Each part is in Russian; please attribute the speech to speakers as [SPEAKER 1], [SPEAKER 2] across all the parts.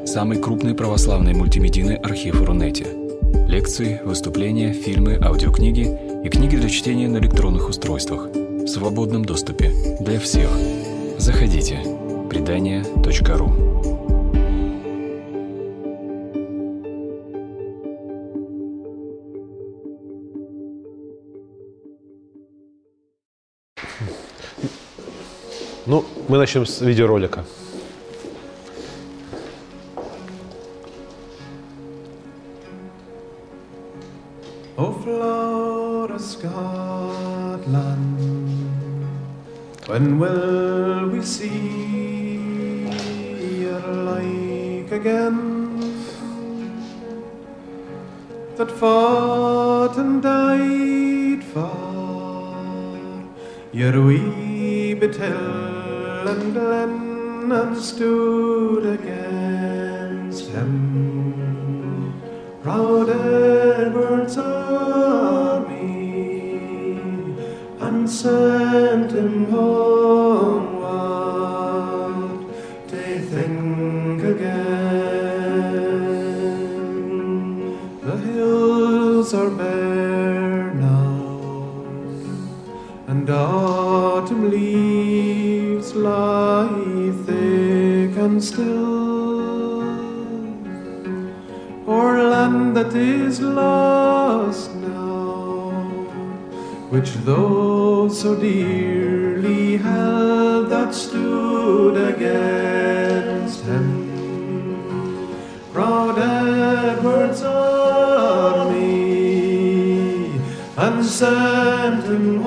[SPEAKER 1] самый крупный православный мультимедийный архив Рунете. Лекции, выступления, фильмы, аудиокниги и книги для чтения на электронных устройствах в свободном доступе для всех. Заходите. Предания.ру.
[SPEAKER 2] Ну, мы начнем с видеоролика.
[SPEAKER 3] O Flora, Scotland, when will we see your like again? That fought and died for your wee bit hill and glen and stood against him. Proud Edward's army and sent him homeward to think again. The hills are bare now, and autumn leaves lie thick and still. O'er land that is lost now, which those so dearly held that stood against him. Proud Edward's army and sent him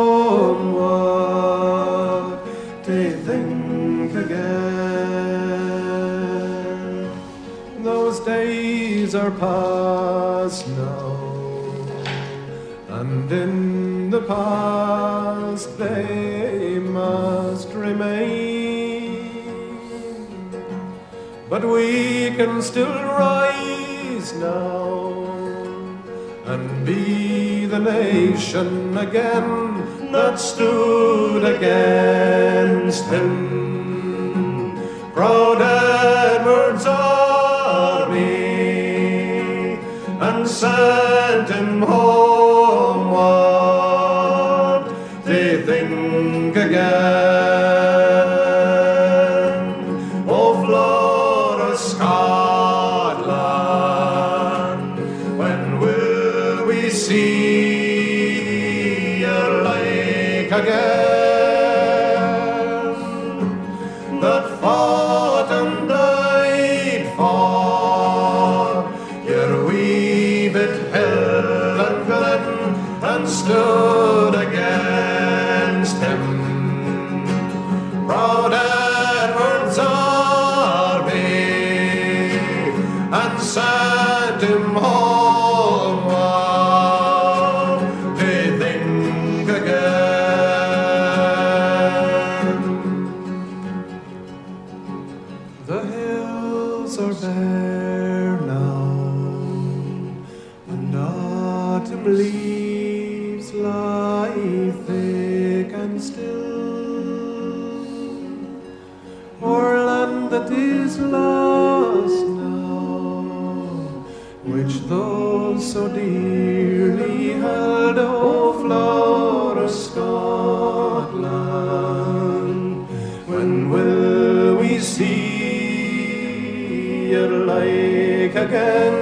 [SPEAKER 3] homeward to think again. Those days are past now, and in the past they must remain. But we can still rise now and be the nation again that stood against him. Proud Edward's army and sent him homeward to think again. O Flora, Scotland, when will we see your like again? That fought and died for your wee bit hill and glen and stood against him. Proud Edward's army and sent him homeward to think again. The hills are bare now, and autumn leaves lie thick and still. O'er land that is lost now, which those so dearly held, O Flora, Scotland, when will we see your like again?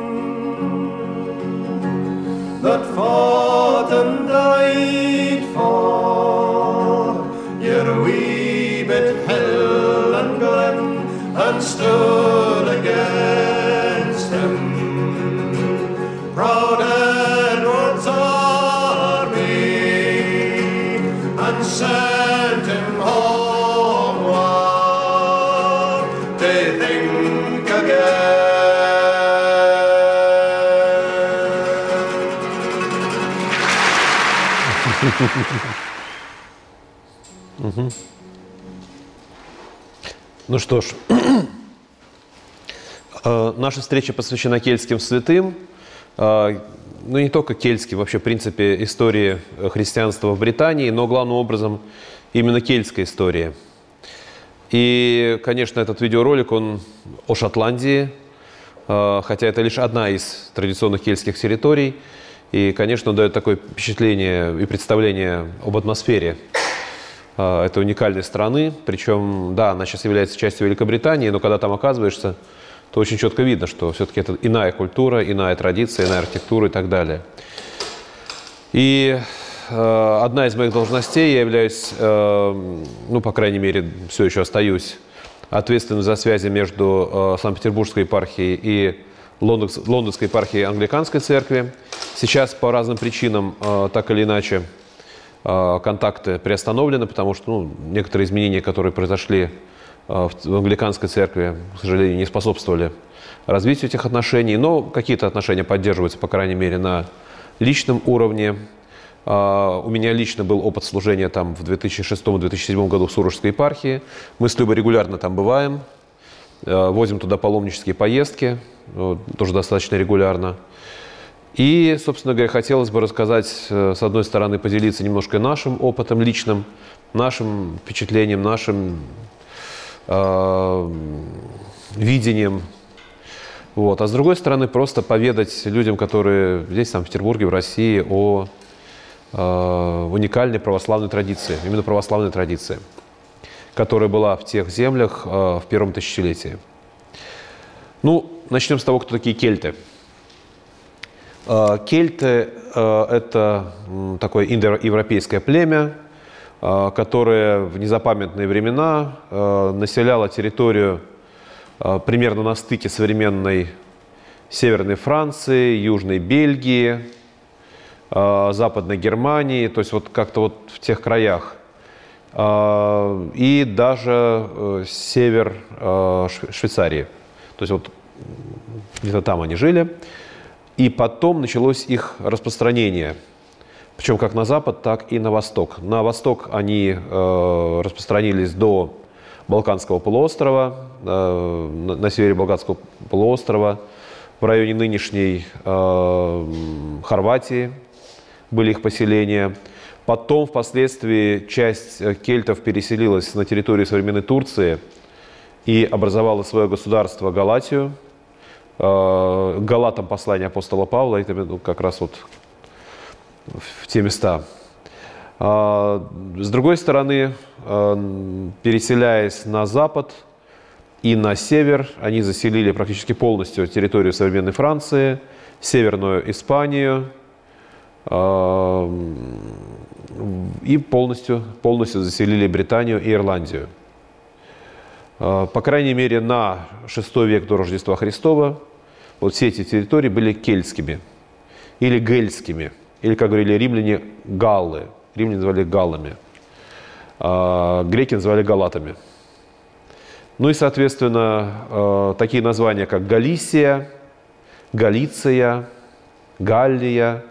[SPEAKER 3] That fought and died for your wee bit hill and glen and stood against him. Proud Edward's army and sent him homeward to think again.
[SPEAKER 2] Ну что ж, наша встреча посвящена кельтским святым, ну не только кельтским, вообще, в принципе, истории христианства в Британии, но главным образом именно кельтской истории. И, конечно, этот видеоролик, он о Шотландии, хотя это лишь одна из традиционных кельтских территорий. И, конечно, он дает такое впечатление и представление об атмосфере этой уникальной страны. Причем, да, она сейчас является частью Великобритании, но когда там оказываешься, то очень четко видно, что все-таки это иная культура, иная традиция, иная архитектура и так далее. И одна из моих должностей, я являюсь, ну, по крайней мере, все еще остаюсь ответственным за связи между Санкт-Петербургской епархией и Лондонской епархией Англиканской церкви. Сейчас по разным причинам, так или иначе, контакты приостановлены, потому что, ну, некоторые изменения, которые произошли в Англиканской церкви, к сожалению, не способствовали развитию этих отношений. Но какие-то отношения поддерживаются, по крайней мере, на личном уровне. У меня лично был опыт служения там в 2006-2007 году в Сурожской епархии. Мы с Любой регулярно там бываем, возим туда паломнические поездки, тоже достаточно регулярно. И, собственно говоря, хотелось бы рассказать, с одной стороны, поделиться немножко нашим опытом личным, нашим впечатлением, нашим видением. Вот. А с другой стороны, просто поведать людям, которые здесь, в Санкт-Петербурге, в России, о уникальной православной традиции, именно православной традиции, которая была в тех землях в первом тысячелетии. Ну, начнем с того, кто такие кельты. Кельты – это такое индоевропейское племя, которое в незапамятные времена населяло территорию примерно на стыке современной Северной Франции, Южной Бельгии, Западной Германии, то есть вот как-то вот в тех краях. И даже север Швейцарии. То есть вот где-то там они жили. И потом началось их распространение. Причем как на запад, так и на восток. На восток они распространились до Балканского полуострова, на севере Балканского полуострова, в районе нынешней Хорватии были их поселения. Потом, впоследствии, часть кельтов переселилась на территорию современной Турции и образовала свое государство Галатию. Галатам послание апостола Павла, это как раз вот в те места. С другой стороны, переселяясь на запад и на север, они заселили практически полностью территорию современной Франции, Северную Испанию и полностью заселили Британию и Ирландию. По крайней мере, на VI век до Рождества Христова вот все эти территории были кельтскими или гельскими, или, как говорили римляне, галлы. Римляне называли галлами, греки называли галатами. Ну и, соответственно, такие названия, как Галисия, Галиция, Галлия,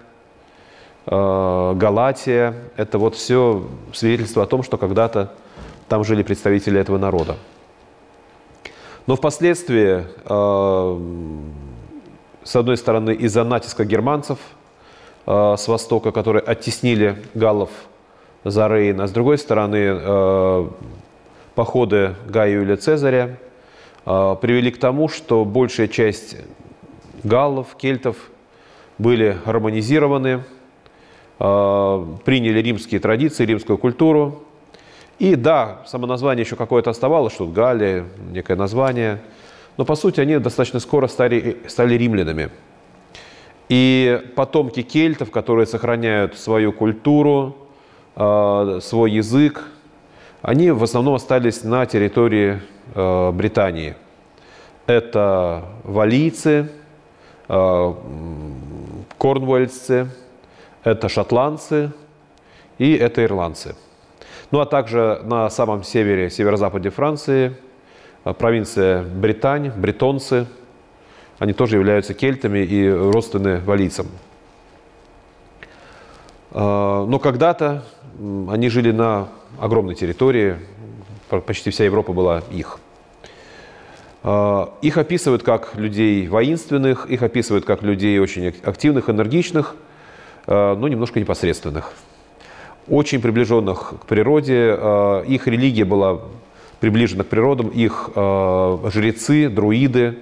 [SPEAKER 2] Галатия, это вот все свидетельство о том, что когда-то там жили представители этого народа. Но впоследствии, с одной стороны, из-за натиска германцев с востока, которые оттеснили галлов за Рейн, а с другой стороны, походы Гая Юлия Цезаря привели к тому, что большая часть галлов, кельтов были гармонизированы, приняли римские традиции, римскую культуру. И да, само название еще какое-то оставалось, что Галлия, некое название, но по сути они достаточно скоро стали римлянами. И потомки кельтов, которые сохраняют свою культуру, свой язык, они в основном остались на территории Британии. Это валлийцы, корнуэльсцы, это шотландцы и это ирландцы. Ну а также на самом севере, северо-западе Франции, провинция Британь, бретонцы, они тоже являются кельтами и родственны валлийцам. Но когда-то они жили на огромной территории, почти вся Европа была их. Их описывают как людей воинственных, их описывают как людей очень активных, энергичных, но немножко непосредственных. Очень приближенных к природе. Их религия была приближенных к природам, их жрецы, друиды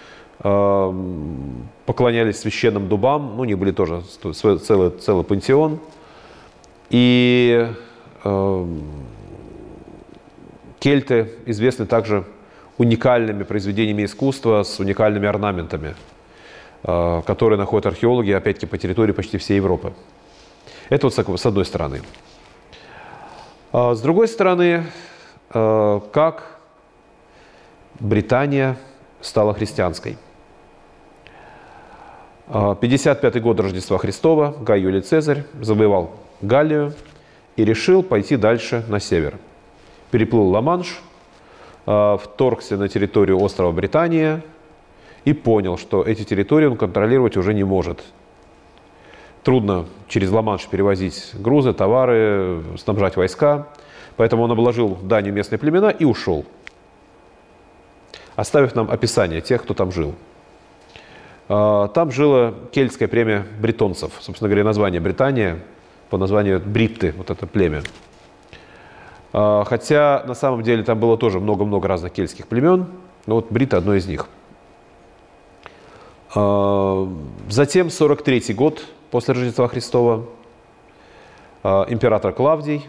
[SPEAKER 2] поклонялись священным дубам, ну, у них были тоже целый пантеон. И кельты известны также уникальными произведениями искусства с уникальными орнаментами, которые находят археологи, опять-таки, по территории почти всей Европы. Это вот с одной стороны. С другой стороны, как Британия стала христианской. 55-й год Рождества Христова Гай Юлий Цезарь завоевал Галлию и решил пойти дальше на север. Переплыл Ла-Манш, вторгся на территорию острова Британия и понял, что эти территории он контролировать уже не может. Трудно через Ла-Манш перевозить грузы, товары, снабжать войска. Поэтому он обложил данью местные племена и ушел, оставив нам описание тех, кто там жил. Там жило кельтское племя бретонцев. Собственно говоря, название Британия по названию бритты, вот это племя. Хотя на самом деле там было тоже много-много разных кельтских племен, но вот бритты одно из них. Затем, 43-й год после Рождества Христова, император Клавдий,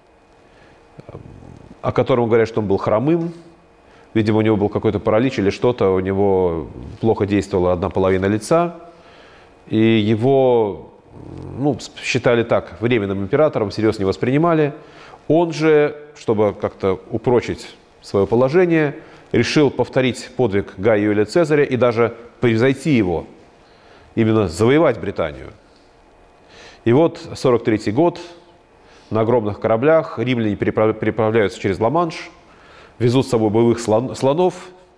[SPEAKER 2] о котором говорят, что он был хромым, видимо, у него был какой-то паралич или что-то, у него плохо действовала одна половина лица, и его считали так, временным императором, всерьез не воспринимали. Он же, чтобы как-то упрочить свое положение, решил повторить подвиг Гая Юлия Цезаря и даже превзойти его, именно завоевать Британию. И вот 43-й год, на огромных кораблях римляне переправляются через Ла-Манш, везут с собой боевых слонов,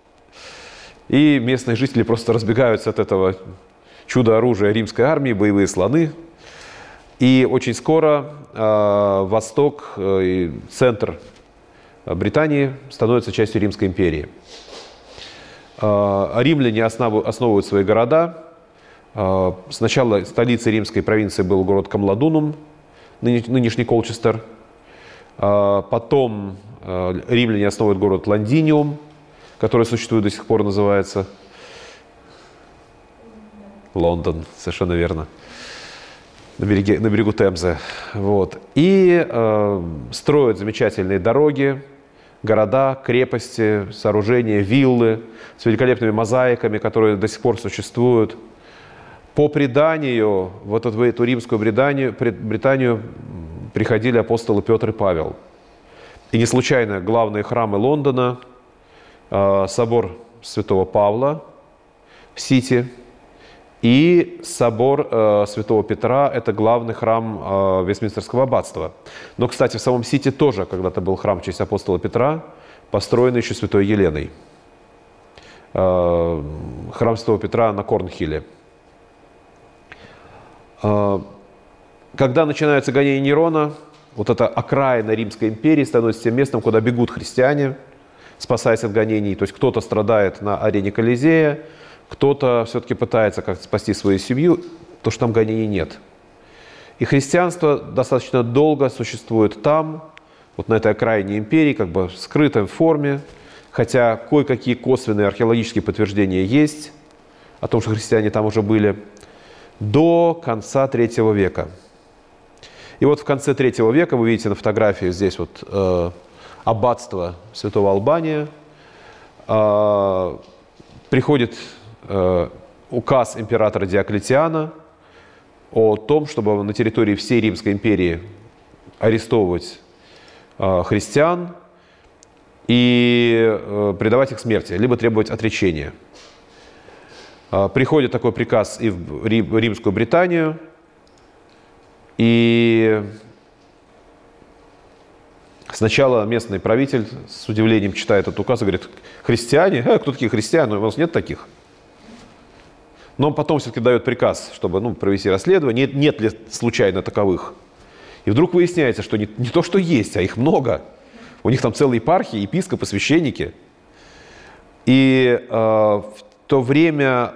[SPEAKER 2] и местные жители просто разбегаются от этого чудо-оружия римской армии, боевые слоны. И очень скоро восток и центр Британии становится частью Римской империи. Римляне основывают свои города. Сначала столицей римской провинции был город Камладунум, нынешний Колчестер. Потом римляне основывают город Лондиниум, который существует до сих пор, называется Лондон, совершенно верно, на берегу Темзы. Вот. И строят замечательные дороги, города, крепости, сооружения, виллы с великолепными мозаиками, которые до сих пор существуют. По преданию, вот в эту римскую Британию приходили апостолы Петр и Павел. И не случайно главные храмы Лондона, собор Святого Павла в Сити и собор Святого Петра – это главный храм Вестминстерского аббатства. Но, кстати, в самом Сити тоже когда-то был храм в честь апостола Петра, построенный еще Святой Еленой. Храм Святого Петра на Корнхилле. Когда начинается гонение Нерона, вот эта окраина Римской империи становится тем местом, куда бегут христиане, спасаясь от гонений. То есть кто-то страдает на арене Колизея, кто-то все-таки пытается как-то спасти свою семью, потому что там гонений нет. И христианство достаточно долго существует там, вот на этой окраине империи, как бы в скрытой форме, хотя кое-какие косвенные археологические подтверждения есть о том, что христиане там уже были, до конца III века. И вот в конце III века, вы видите на фотографии здесь вот аббатство Святого Албания, приходит указ императора Диоклетиана о том, чтобы на территории всей Римской империи арестовывать христиан и предавать их смерти, либо требовать отречения. Приходит такой приказ и в Римскую Британию, и сначала местный правитель с удивлением читает этот указ и говорит: христиане? Кто такие христиане? У нас нет таких. Но он потом все-таки дает приказ, чтобы провести расследование, нет ли случайно таковых. И вдруг выясняется, что не то, что есть, а их много. У них там целые епархии, епископы, священники. И в то время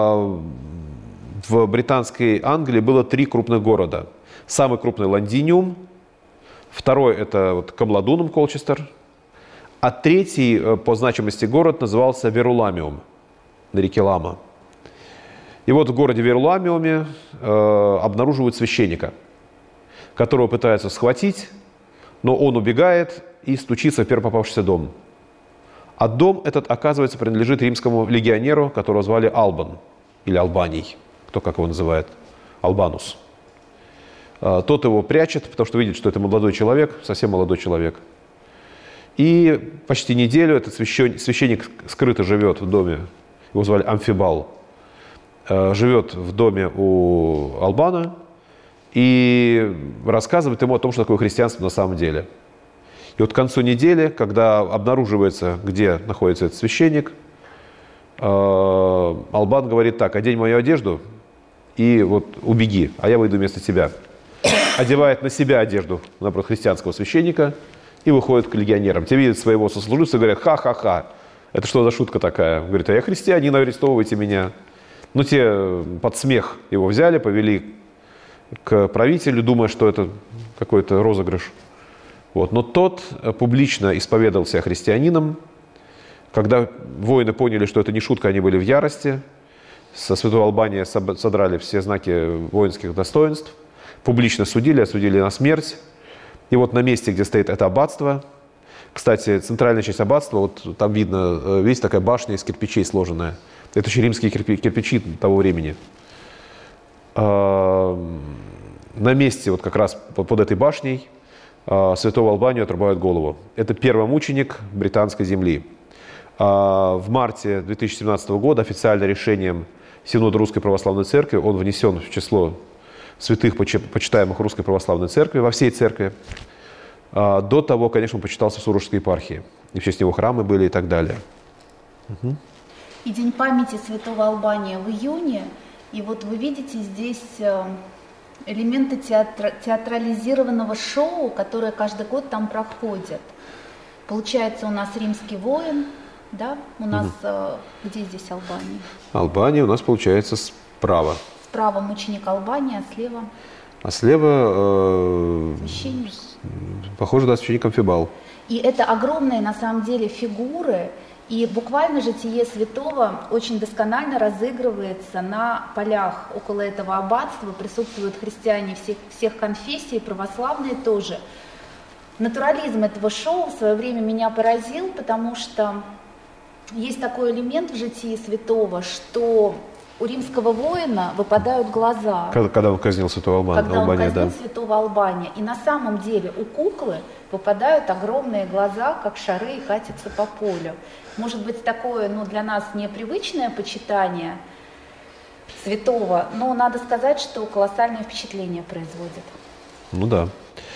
[SPEAKER 2] в британской Англии было 3 крупных города. Самый крупный — Лондиниум, второй — это вот Камладунум, Колчестер, А третий по значимости город назывался Веруламиум, на реке Лама. И вот в городе Веруламиуме обнаруживают священника, которого пытаются схватить, но он убегает и стучится в первый попавшийся дом. А дом этот, оказывается, принадлежит римскому легионеру, которого звали Албан, или Албаний, кто как его называет, Албанус. Тот его прячет, потому что видит, что это молодой человек, совсем молодой человек. И почти неделю этот священник скрыто живет в доме, его звали Амфибал, живет в доме у Албана и рассказывает ему о том, что такое христианство на самом деле. И вот к концу недели, когда обнаруживается, где находится этот священник, Албан говорит так: одень мою одежду и вот убеги, а я выйду вместо тебя. Одевает на себя одежду, наоборот, христианского священника и выходит к легионерам. Те видят своего сослуживца и говорят: ха-ха-ха, это что за шутка такая? Говорит: а я христианин, арестовывайте меня. Ну, те под смех его взяли, повели к правителю, думая, что это какой-то розыгрыш. Вот. Но тот публично исповедовал себя христианином. Когда воины поняли, что это не шутка, они были в ярости. Со святого Албания содрали все знаки воинских достоинств. Публично судили, осудили на смерть. И вот на месте, где стоит это аббатство, кстати, центральная часть аббатства, вот там видно, видите, такая башня из кирпичей сложенная. Это еще римские кирпичи того времени. На месте, вот как раз под этой башней, святого Албанию отрубают голову. Это первомученик британской земли. В марте 2017 года официально решением Синода Русской Православной Церкви он внесен в число святых, почитаемых Русской Православной Церкви, во всей церкви. До того, конечно, он почитался в Сурожской епархии. И в честь него храмы были и так далее.
[SPEAKER 4] И День памяти святого Албания в июне. И вот вы видите здесь элементы театрализированного шоу, которое каждый год там проходит. Получается, у нас римский воин, да? У нас где здесь Албания?
[SPEAKER 2] Албания у нас получается справа.
[SPEAKER 4] Справа мученик Албания, а слева?
[SPEAKER 2] А слева
[SPEAKER 4] священник.
[SPEAKER 2] Похоже, да, священник Амфибал.
[SPEAKER 4] И это огромные на самом деле фигуры. И буквально житие святого очень досконально разыгрывается на полях около этого аббатства. Присутствуют христиане всех конфессий, православные тоже. Натурализм этого шоу в свое время меня поразил, потому что есть такой элемент в житии святого, что у римского воина выпадают глаза.
[SPEAKER 2] Когда он казнил святого Албания.
[SPEAKER 4] Когда он казнил святого Албания. И на самом деле у куклы выпадают огромные глаза, как шары, и катятся по полю. Может быть, такое, для нас непривычное почитание святого, но надо сказать, что колоссальное впечатление производит.
[SPEAKER 2] Ну да.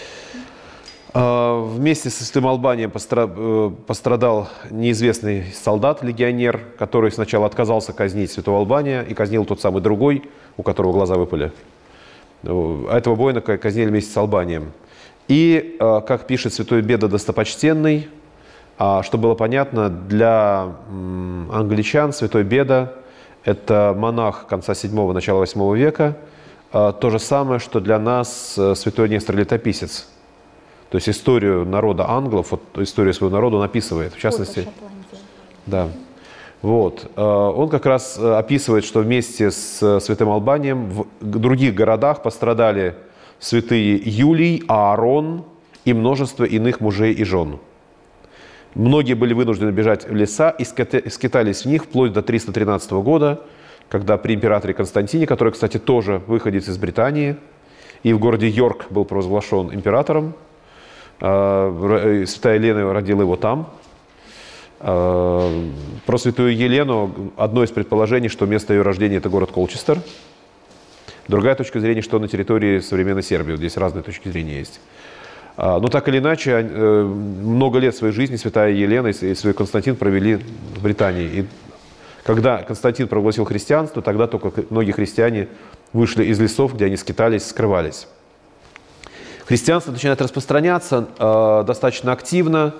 [SPEAKER 2] Вместе со святым Албанием пострадал неизвестный солдат-легионер, который сначала отказался казнить святого Албания и казнил тот самый другой, у которого глаза выпали. А этого воина казнили вместе с Албанием. И, как пишет святой Беда Достопочтенный, чтобы было понятно, для англичан святой Беда – это монах конца 7-го, начала 8 века, то же самое, что для нас святой Нестор Летописец. То есть историю народа англов, вот историю своего народа он описывает, в частности. Да. Вот. Он как раз описывает, что вместе с святым Албанием в других городах пострадали святые Юлий, Аарон и множество иных мужей и жен. Многие были вынуждены бежать в леса и скитались в них вплоть до 313 года, когда при императоре Константине, который, кстати, тоже выходец из Британии, и в городе Йорк был провозглашен императором, святая Елена родила его там. Про святую Елену одно из предположений, что место ее рождения – это город Колчестер. Другая точка зрения, что на территории современной Сербии. Вот здесь разные точки зрения есть. Но так или иначе, много лет своей жизни святая Елена и святой Константин провели в Британии. И когда Константин провозгласил христианство, тогда только многие христиане вышли из лесов, где они скитались, скрывались. Христианство начинает распространяться достаточно активно.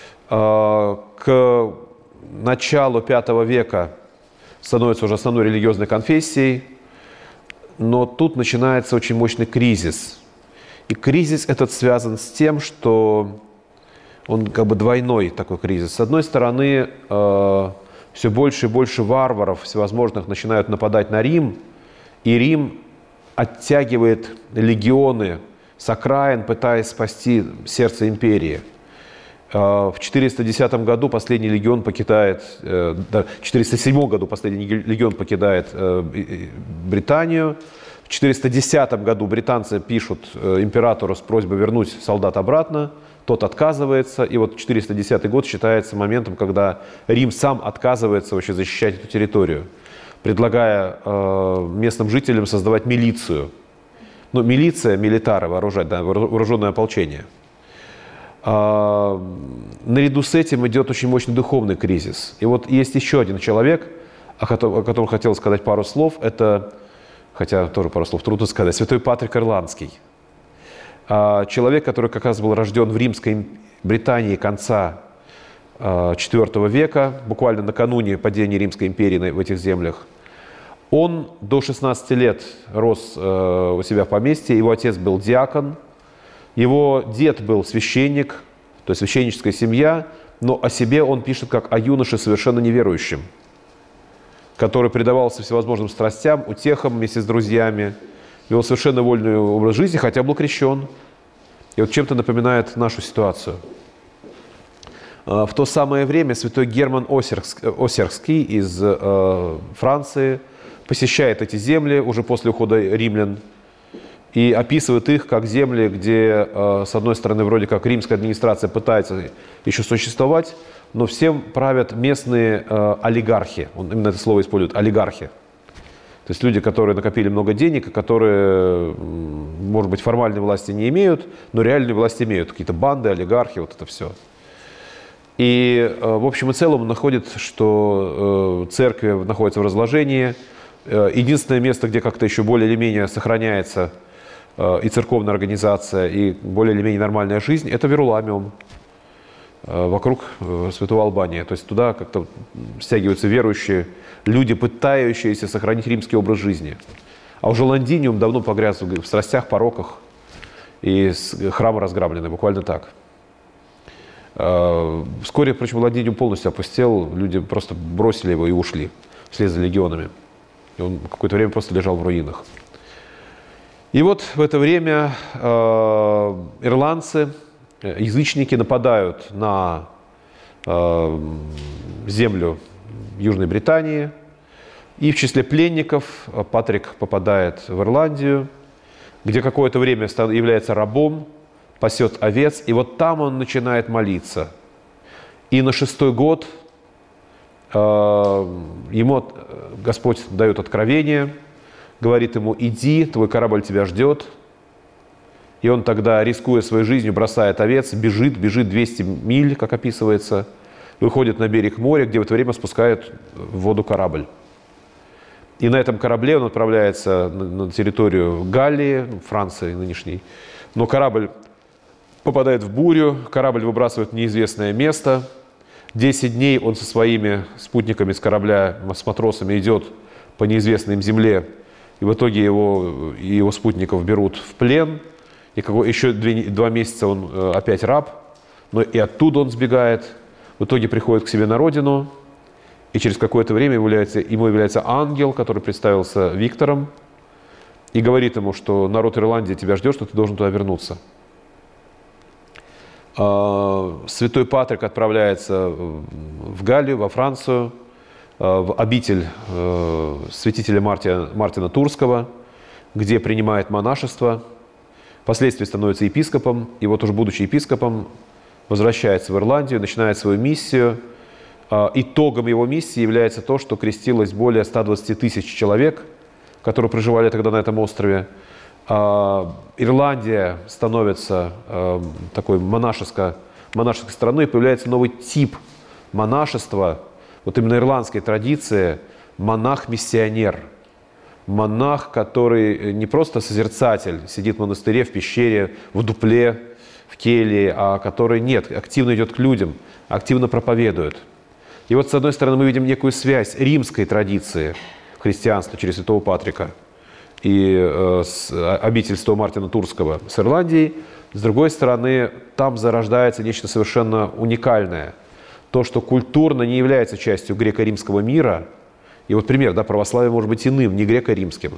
[SPEAKER 2] К началу V века становится уже основной религиозной конфессией. Но тут начинается очень мощный кризис. И кризис этот связан с тем, что он как бы двойной такой кризис. С одной стороны, все больше и больше варваров всевозможных начинают нападать на Рим, и Рим оттягивает легионы с окраин, пытаясь спасти сердце империи. В 410 году последний легион покидает, в 407 году последний легион покидает Британию. В 410 году британцы пишут императору с просьбой вернуть солдат обратно. Тот отказывается. И вот 410 год считается моментом, когда Рим сам отказывается вообще защищать эту территорию, предлагая местным жителям создавать милицию. Ну, милиция, милитары вооружать, да, вооруженное ополчение. Наряду с этим идет очень мощный духовный кризис. И вот есть еще один человек, о котором хотел сказать пару слов. Это, хотя тоже пару слов трудно сказать, святой Патрик Ирландский. Человек, который как раз был рожден в Римской Британии конца IV века, буквально накануне падения Римской империи в этих землях. Он до 16 лет рос у себя в поместье, его отец был диакон. Его дед был священник, то есть священническая семья, но о себе он пишет как о юноше совершенно неверующем, который предавался всевозможным страстям, утехам вместе с друзьями, вел совершенно вольный образ жизни, хотя был крещен. И вот чем-то напоминает нашу ситуацию. В то самое время святой Герман Осерский из Франции посещает эти земли уже после ухода римлян, и описывает их как земли, где, с одной стороны, вроде как римская администрация пытается еще существовать, но всем правят местные олигархи. Он именно это слово использует – олигархи. То есть люди, которые накопили много денег, и которые, может быть, формальной власти не имеют, но реальной власти имеют. Какие-то банды, олигархи, вот это все. И, в общем и целом, он находит, что церкви находятся в разложении. Единственное место, где как-то еще более или менее сохраняется и церковная организация, и более или менее нормальная жизнь, это Веруламиум, вокруг Святого Албания. То есть туда как-то стягиваются верующие люди, пытающиеся сохранить римский образ жизни. А уже Лондиниум давно погряз в страстях, пороках, и храмы разграблены, буквально так. Вскоре, впрочем, Лондиниум полностью опустел, люди просто бросили его и ушли вслед за легионами. И он какое-то время просто лежал в руинах. И вот в это время ирландцы, язычники нападают на землю Южной Британии. И в числе пленников Патрик попадает в Ирландию, где какое-то время является рабом, пасет овец. И вот там он начинает молиться. И на 6-й год ему Господь дает откровение, говорит ему: иди, твой корабль тебя ждет. И он тогда, рискуя своей жизнью, бросает овец, бежит 200 миль, как описывается, выходит на берег моря, где в это время спускают в воду корабль. И на этом корабле он отправляется на территорию Галлии, Франции нынешней. Но корабль попадает в бурю, корабль выбрасывает в неизвестное место. 10 дней он со своими спутниками с корабля, с матросами идет по неизвестной им земле. И в итоге его и его спутников берут в плен. И еще 2 месяца он опять раб, но и оттуда он сбегает. В итоге приходит к себе на родину, и через какое-то время ему является ангел, который представился Виктором, и говорит ему, что народ Ирландии тебя ждет, что ты должен туда вернуться. Святой Патрик отправляется в Галлию, во Францию, в обитель святителя Мартина Турского, где принимает монашество. Впоследствии становится епископом, и вот уже будучи епископом, возвращается в Ирландию, начинает свою миссию. Итогом его миссии является то, что крестилось более 120 тысяч человек, которые проживали тогда на этом острове. Ирландия становится такой монашеской страной, и появляется новый тип монашества, вот именно ирландской традиции, монах-миссионер. Монах, который не просто созерцатель, сидит в монастыре, в пещере, в дупле, в келье, а который активно идет к людям, активно проповедует. И вот с одной стороны мы видим некую связь римской традиции христианства через святого Патрика и обитель святого Мартина Турского с Ирландией, С другой стороны, там зарождается нечто совершенно уникальное. То, что культурно не является частью греко-римского мира. И вот пример, да, православие может быть иным, не греко-римским.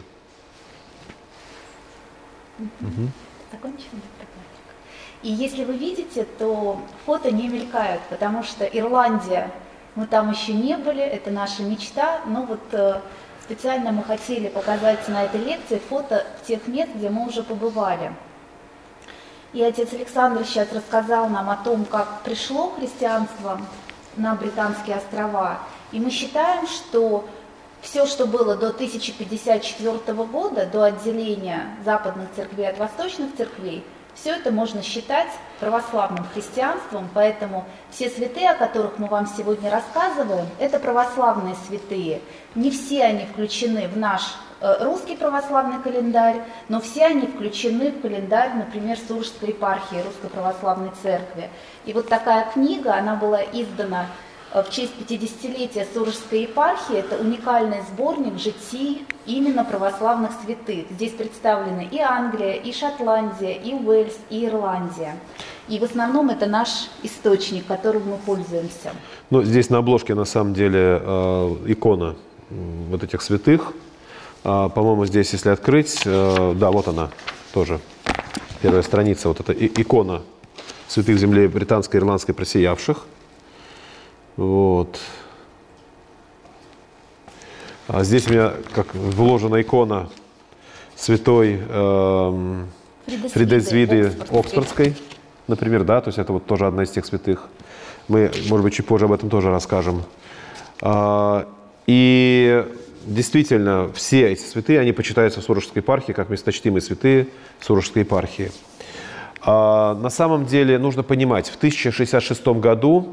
[SPEAKER 4] Закончим? И если вы видите, то фото не мелькают, потому что Ирландия, мы там еще не были, это наша мечта, но вот специально мы хотели показать на этой лекции фото тех мест, где мы уже побывали. И отец Александр сейчас рассказал нам о том, как пришло христианство на Британские острова. И мы считаем, что все, что было до 1054 года, до отделения западных церквей от восточных церквей, все это можно считать православным христианством, поэтому все святые, о которых мы вам сегодня рассказываем, это православные святые. Не все они включены в наш русский православный календарь, но все они включены в календарь, например, Сурожской епархии Русской Православной Церкви. И вот такая книга, она была издана в честь 50-летия Сурожской епархии. Это уникальный сборник житий именно православных святых. Здесь представлены и Англия, и Шотландия, и Уэльс, и Ирландия. И в основном это наш источник, которым мы пользуемся.
[SPEAKER 2] Ну, здесь на обложке на самом деле икона вот этих святых. По-моему, здесь, если открыть, да, вот она тоже, первая страница, вот эта икона святых земли британской и ирландской просиявших. Вот. А здесь у меня как вложена икона святой Фридесвиды Оксфордской, например, да, то есть это вот тоже одна из тех святых. Мы, может быть, чуть позже об этом тоже расскажем. И действительно, все эти святые, они почитаются в Сурожской епархии как месточтимые святые Сурожской епархии. На самом деле нужно понимать, в 1066 году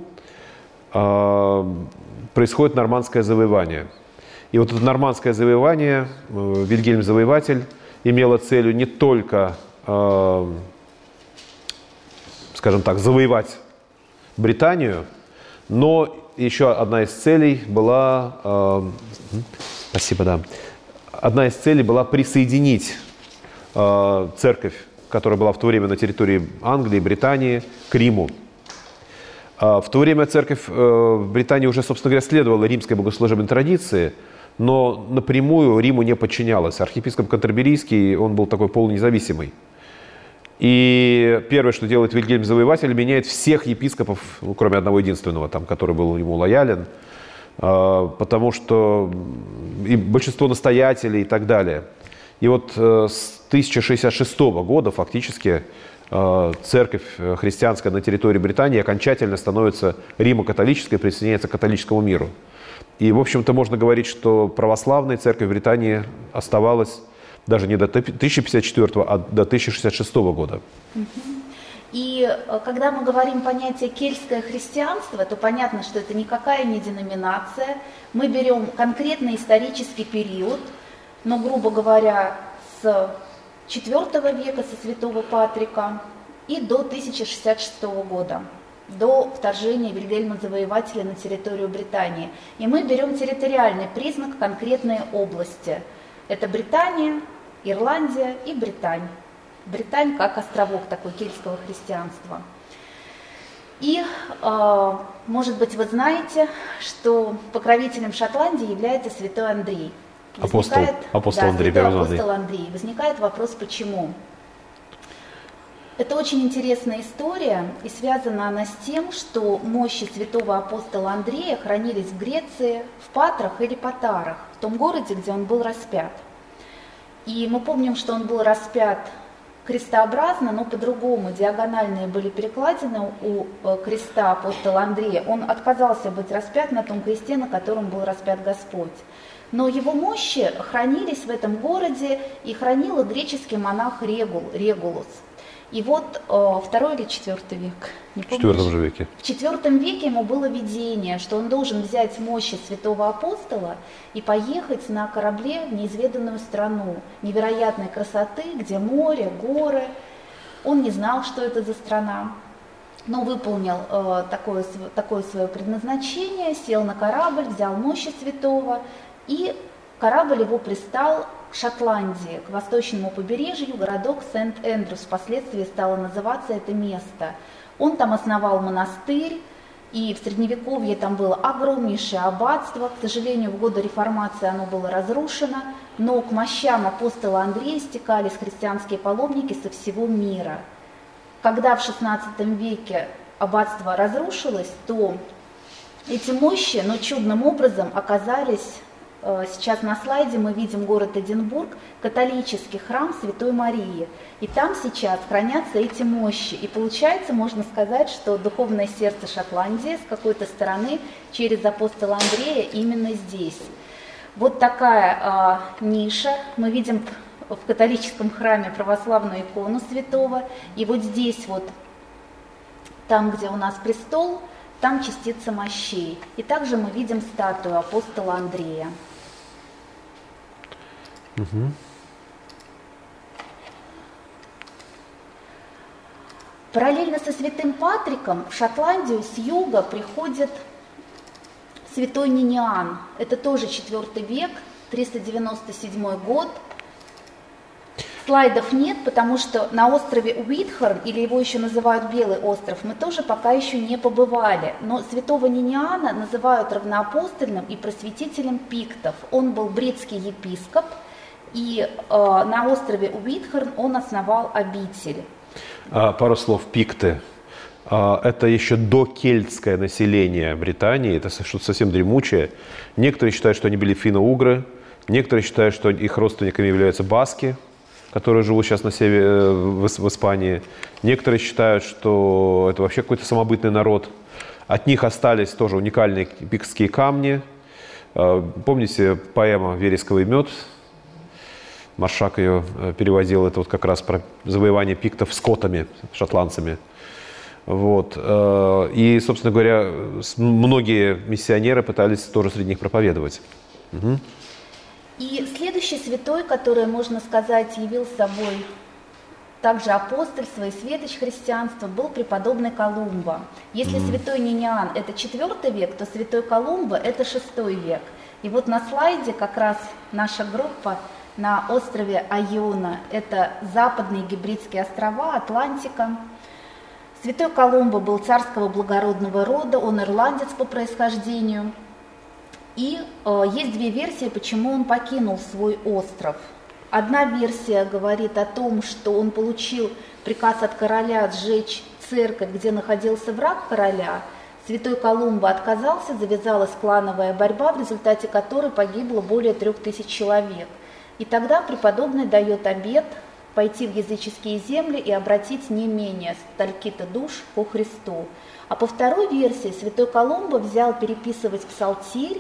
[SPEAKER 2] происходит нормандское завоевание. И вот это нормандское завоевание, Вильгельм Завоеватель, имело целью не только, скажем так, завоевать Британию, но еще одна из целей была, спасибо, да, одна из целей была присоединить церковь, которая была в то время на территории Англии, Британии, к Риму. В то время церковь в Британии уже, собственно говоря, следовала римской богослужебной традиции, но напрямую Риму не подчинялась. Архиепископ Кантерберийский, он был такой полунезависимый. И первое, что делает Вильгельм Завоеватель, меняет всех епископов, ну, кроме одного единственного, там, который был ему лоялен, потому что и большинство настоятелей и так далее. И вот с 1066 года фактически церковь христианская на территории Британии окончательно становится римо-католической, присоединяется к католическому миру. И, в общем-то, можно говорить, что православная церковь в Британии оставалась даже не до 1054, а до 1066 года.
[SPEAKER 4] И когда мы говорим понятие кельтское христианство, то понятно, что это никакая не деноминация. Мы берем конкретный исторический период, но, грубо говоря, с IV века, со святого Патрика, и до 1066 года, до вторжения Вильгельма Завоевателя на территорию Британии. И мы берем территориальный признак конкретной области. Это Британия, Ирландия и Британь. Британь как островок такой кельтского христианства. И, может быть, вы знаете, что покровителем Шотландии является святой Андрей.
[SPEAKER 2] Апостол Андрей,
[SPEAKER 4] апостол Андрей. Возникает вопрос, почему? Это очень интересная история, и связана она с тем, что мощи святого апостола Андрея хранились в Греции, в Патрах или Патарах, в том городе, где он был распят. И мы помним, что он был распят крестообразно, но по-другому. Диагональные были перекладины у креста апостола Андрея. Он отказался быть распят на том кресте, на котором был распят Господь. Но его мощи хранились в этом городе, и хранил греческий монах Регулус. И вот II или IV век, не помнишь?
[SPEAKER 2] В IV же веке.
[SPEAKER 4] В IV веке ему было видение, что он должен взять мощи святого апостола и поехать на корабле в неизведанную страну невероятной красоты, где море, горы. Он не знал, что это за страна, но выполнил такое свое предназначение, сел на корабль, взял мощи святого, и корабль его пристал Шотландии, к восточному побережью, городок Сент-Эндрюс, впоследствии стало называться это место. Он там основал монастырь, и в Средневековье там было огромнейшее аббатство. К сожалению, в годы реформации оно было разрушено, но к мощам апостола Андрея стекались христианские паломники со всего мира. Когда в XVI веке аббатство разрушилось, то эти мощи, но чудным образом оказались, сейчас на слайде мы видим город Эдинбург, католический храм Святой Марии. И там сейчас хранятся эти мощи. И получается, можно сказать, что духовное сердце Шотландии с какой-то стороны через апостола Андрея именно здесь. Вот такая ниша. Мы видим в католическом храме православную икону святого. И вот здесь вот, там, где у нас престол, там частица мощей. И также мы видим статую апостола Андрея.
[SPEAKER 2] Угу.
[SPEAKER 4] Параллельно со святым Патриком в Шотландию с юга приходит святой Ниниан. Это тоже IV век, 397 год. Слайдов нет, потому что на острове Уитхорн, или его еще называют Белый остров, мы тоже пока еще не побывали. Но святого Ниниана называют равноапостольным и просветителем пиктов. Он был бритский епископ, и на острове Уитхорн он основал обитель.
[SPEAKER 2] Пару слов. Пикты. Это еще докельтское население Британии, это что-то совсем дремучее. Некоторые считают, что они были финно-угры, некоторые считают, что их родственниками являются баски, которые живут сейчас на севере, в Испании. Некоторые считают, что это вообще какой-то самобытный народ. От них остались тоже уникальные пиктские камни. Помните поэма «Вересковый мед»? Маршак ее переводил, это вот как раз про завоевание пиктов скотами, шотландцами. Вот. И, собственно говоря, многие миссионеры пытались тоже среди них проповедовать. Угу.
[SPEAKER 4] И следующий святой, который, можно сказать, явил собой также апостольство и светоч христианства, был преподобный Колумба. Если святой Ниниан – это IV век, то святой Колумба – это VI век. И вот на слайде как раз наша группа на острове Айона, это западные Гибридские острова, Атлантика. Святой Колумба был царского благородного рода, он ирландец по происхождению. И есть две версии, почему он покинул свой остров. Одна версия говорит о том, что он получил приказ от короля сжечь церковь, где находился враг короля. Святой Колумба отказался, завязалась клановая борьба, в результате которой погибло более 3000 человек. И тогда преподобный дает обет пойти в языческие земли и обратить не менее стольких-то душ ко Христу. А по второй версии святой Колумба взял переписывать псалтирь,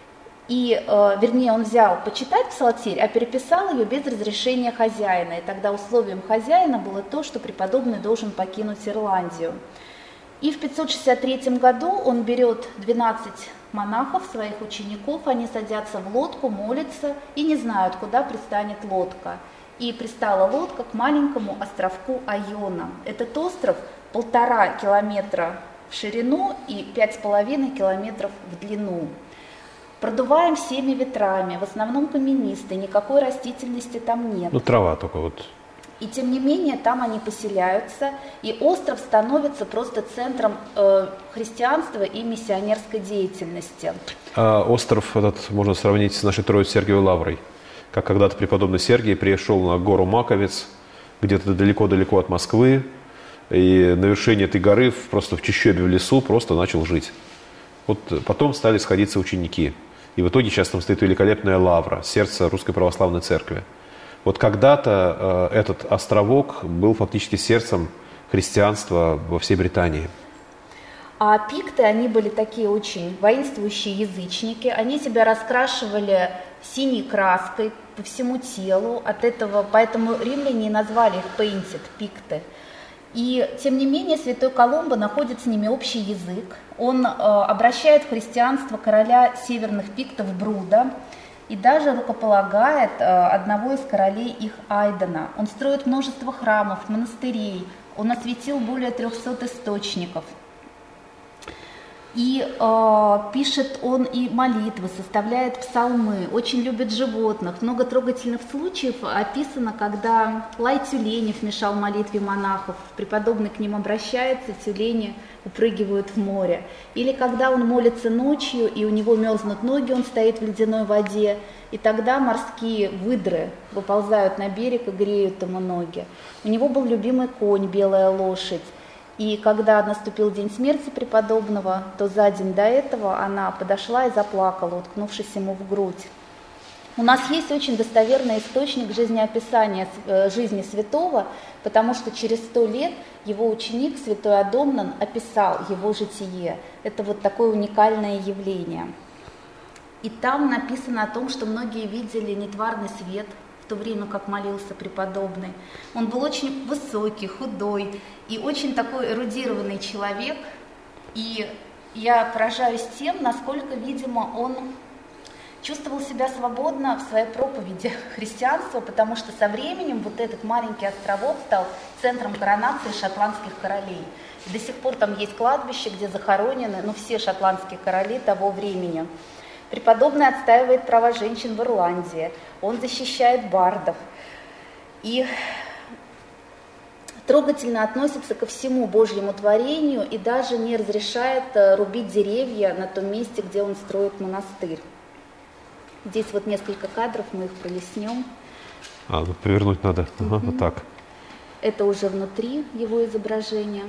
[SPEAKER 4] он взял почитать псалтирь, а переписал ее без разрешения хозяина. И тогда условием хозяина было то, что преподобный должен покинуть Ирландию. И в 563 году он берет 12 монахов, своих учеников, они садятся в лодку, молятся и не знают, куда пристанет лодка. И пристала лодка к маленькому островку Айона. Этот остров 1,5 километра в ширину и 5,5 километров в длину. Продуваем всеми ветрами, в основном каменистый, никакой растительности там нет.
[SPEAKER 2] Ну, трава только вот.
[SPEAKER 4] И тем не менее там они поселяются, и остров становится просто центром христианства и миссионерской деятельности.
[SPEAKER 2] Остров этот можно сравнить с нашей Троице-Сергиевой лаврой. Как когда-то преподобный Сергий пришел на гору Маковец, где-то далеко-далеко от Москвы, и на вершине этой горы, просто в чащобе в лесу, просто начал жить. Вот потом стали сходиться ученики. И в итоге сейчас там стоит великолепная лавра, сердце Русской Православной Церкви. Вот когда-то этот островок был фактически сердцем христианства во всей Британии.
[SPEAKER 4] А пикты, они были такие очень воинствующие язычники. Они себя раскрашивали синей краской по всему телу. Поэтому римляне назвали их painted, пикты. И тем не менее святой Колумба находит с ними общий язык. Он обращает в христианство короля северных пиктов Бруда и даже рукополагает одного из королей их Айдена. Он строит множество храмов, монастырей, он осветил более 300 источников. И пишет он и молитвы, составляет псалмы, очень любит животных. Много трогательных случаев описано, когда лай тюленей мешал молитве монахов. Преподобный к ним обращается, тюлени упрыгивают в море. Или когда он молится ночью, и у него мерзнут ноги, он стоит в ледяной воде, и тогда морские выдры выползают на берег и греют ему ноги. У него был любимый конь, белая лошадь. И когда наступил день смерти преподобного, то за день до этого она подошла и заплакала, уткнувшись ему в грудь. У нас есть очень достоверный источник жизнеописания жизни святого, потому что через 100 лет его ученик, святой Адомнан, описал его житие. Это вот такое уникальное явление. И там написано о том, что многие видели нетварный свет, в то время как молился преподобный. Он был очень высокий, худой и очень такой эрудированный человек. И я поражаюсь тем, насколько, видимо, он чувствовал себя свободно в своей проповеди христианства, потому что со временем вот этот маленький островок стал центром коронации шотландских королей. И до сих пор там есть кладбище, где захоронены все шотландские короли того времени. Преподобный отстаивает права женщин в Ирландии, он защищает бардов и трогательно относится ко всему Божьему творению и даже не разрешает рубить деревья на том месте, где он строит монастырь. Здесь вот несколько кадров, мы их пролистнем.
[SPEAKER 2] Повернуть надо, вот так.
[SPEAKER 4] Это уже внутри его изображения.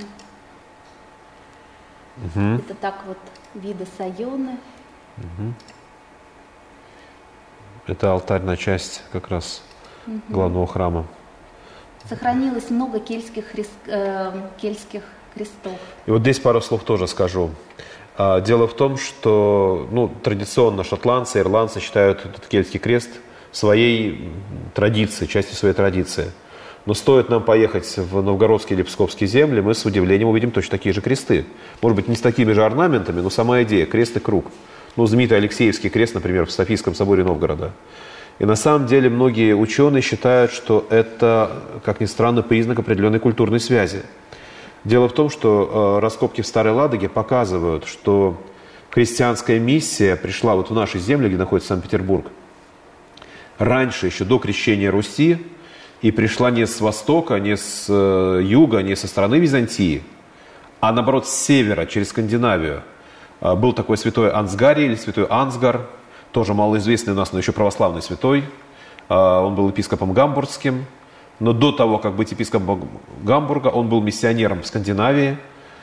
[SPEAKER 4] Это так вот виды Сайоны.
[SPEAKER 2] Это алтарная часть как раз главного храма.
[SPEAKER 4] Сохранилось много кельтских крестов.
[SPEAKER 2] И вот здесь пару слов тоже скажу. Дело в том, что традиционно шотландцы, ирландцы считают этот кельтский крест своей традицией, частью своей традиции. Но стоит нам поехать в новгородские или псковские земли, мы с удивлением увидим точно такие же кресты. Может быть, не с такими же орнаментами, но сама идея – крест и круг. Знаменитый Алексеевский крест, например, в Софийском соборе Новгорода. И на самом деле многие ученые считают, что это, как ни странно, признак определенной культурной связи. Дело в том, что раскопки в Старой Ладоге показывают, что христианская миссия пришла вот в наши земли, где находится Санкт-Петербург, раньше, еще до крещения Руси, и пришла не с востока, не с юга, не со стороны Византии, а наоборот с севера, через Скандинавию. Был такой святой Ансгарий или святой Ансгар, тоже малоизвестный у нас, но еще православный святой. Он был епископом гамбургским, но до того, как быть епископом Гамбурга, он был миссионером в Скандинавии,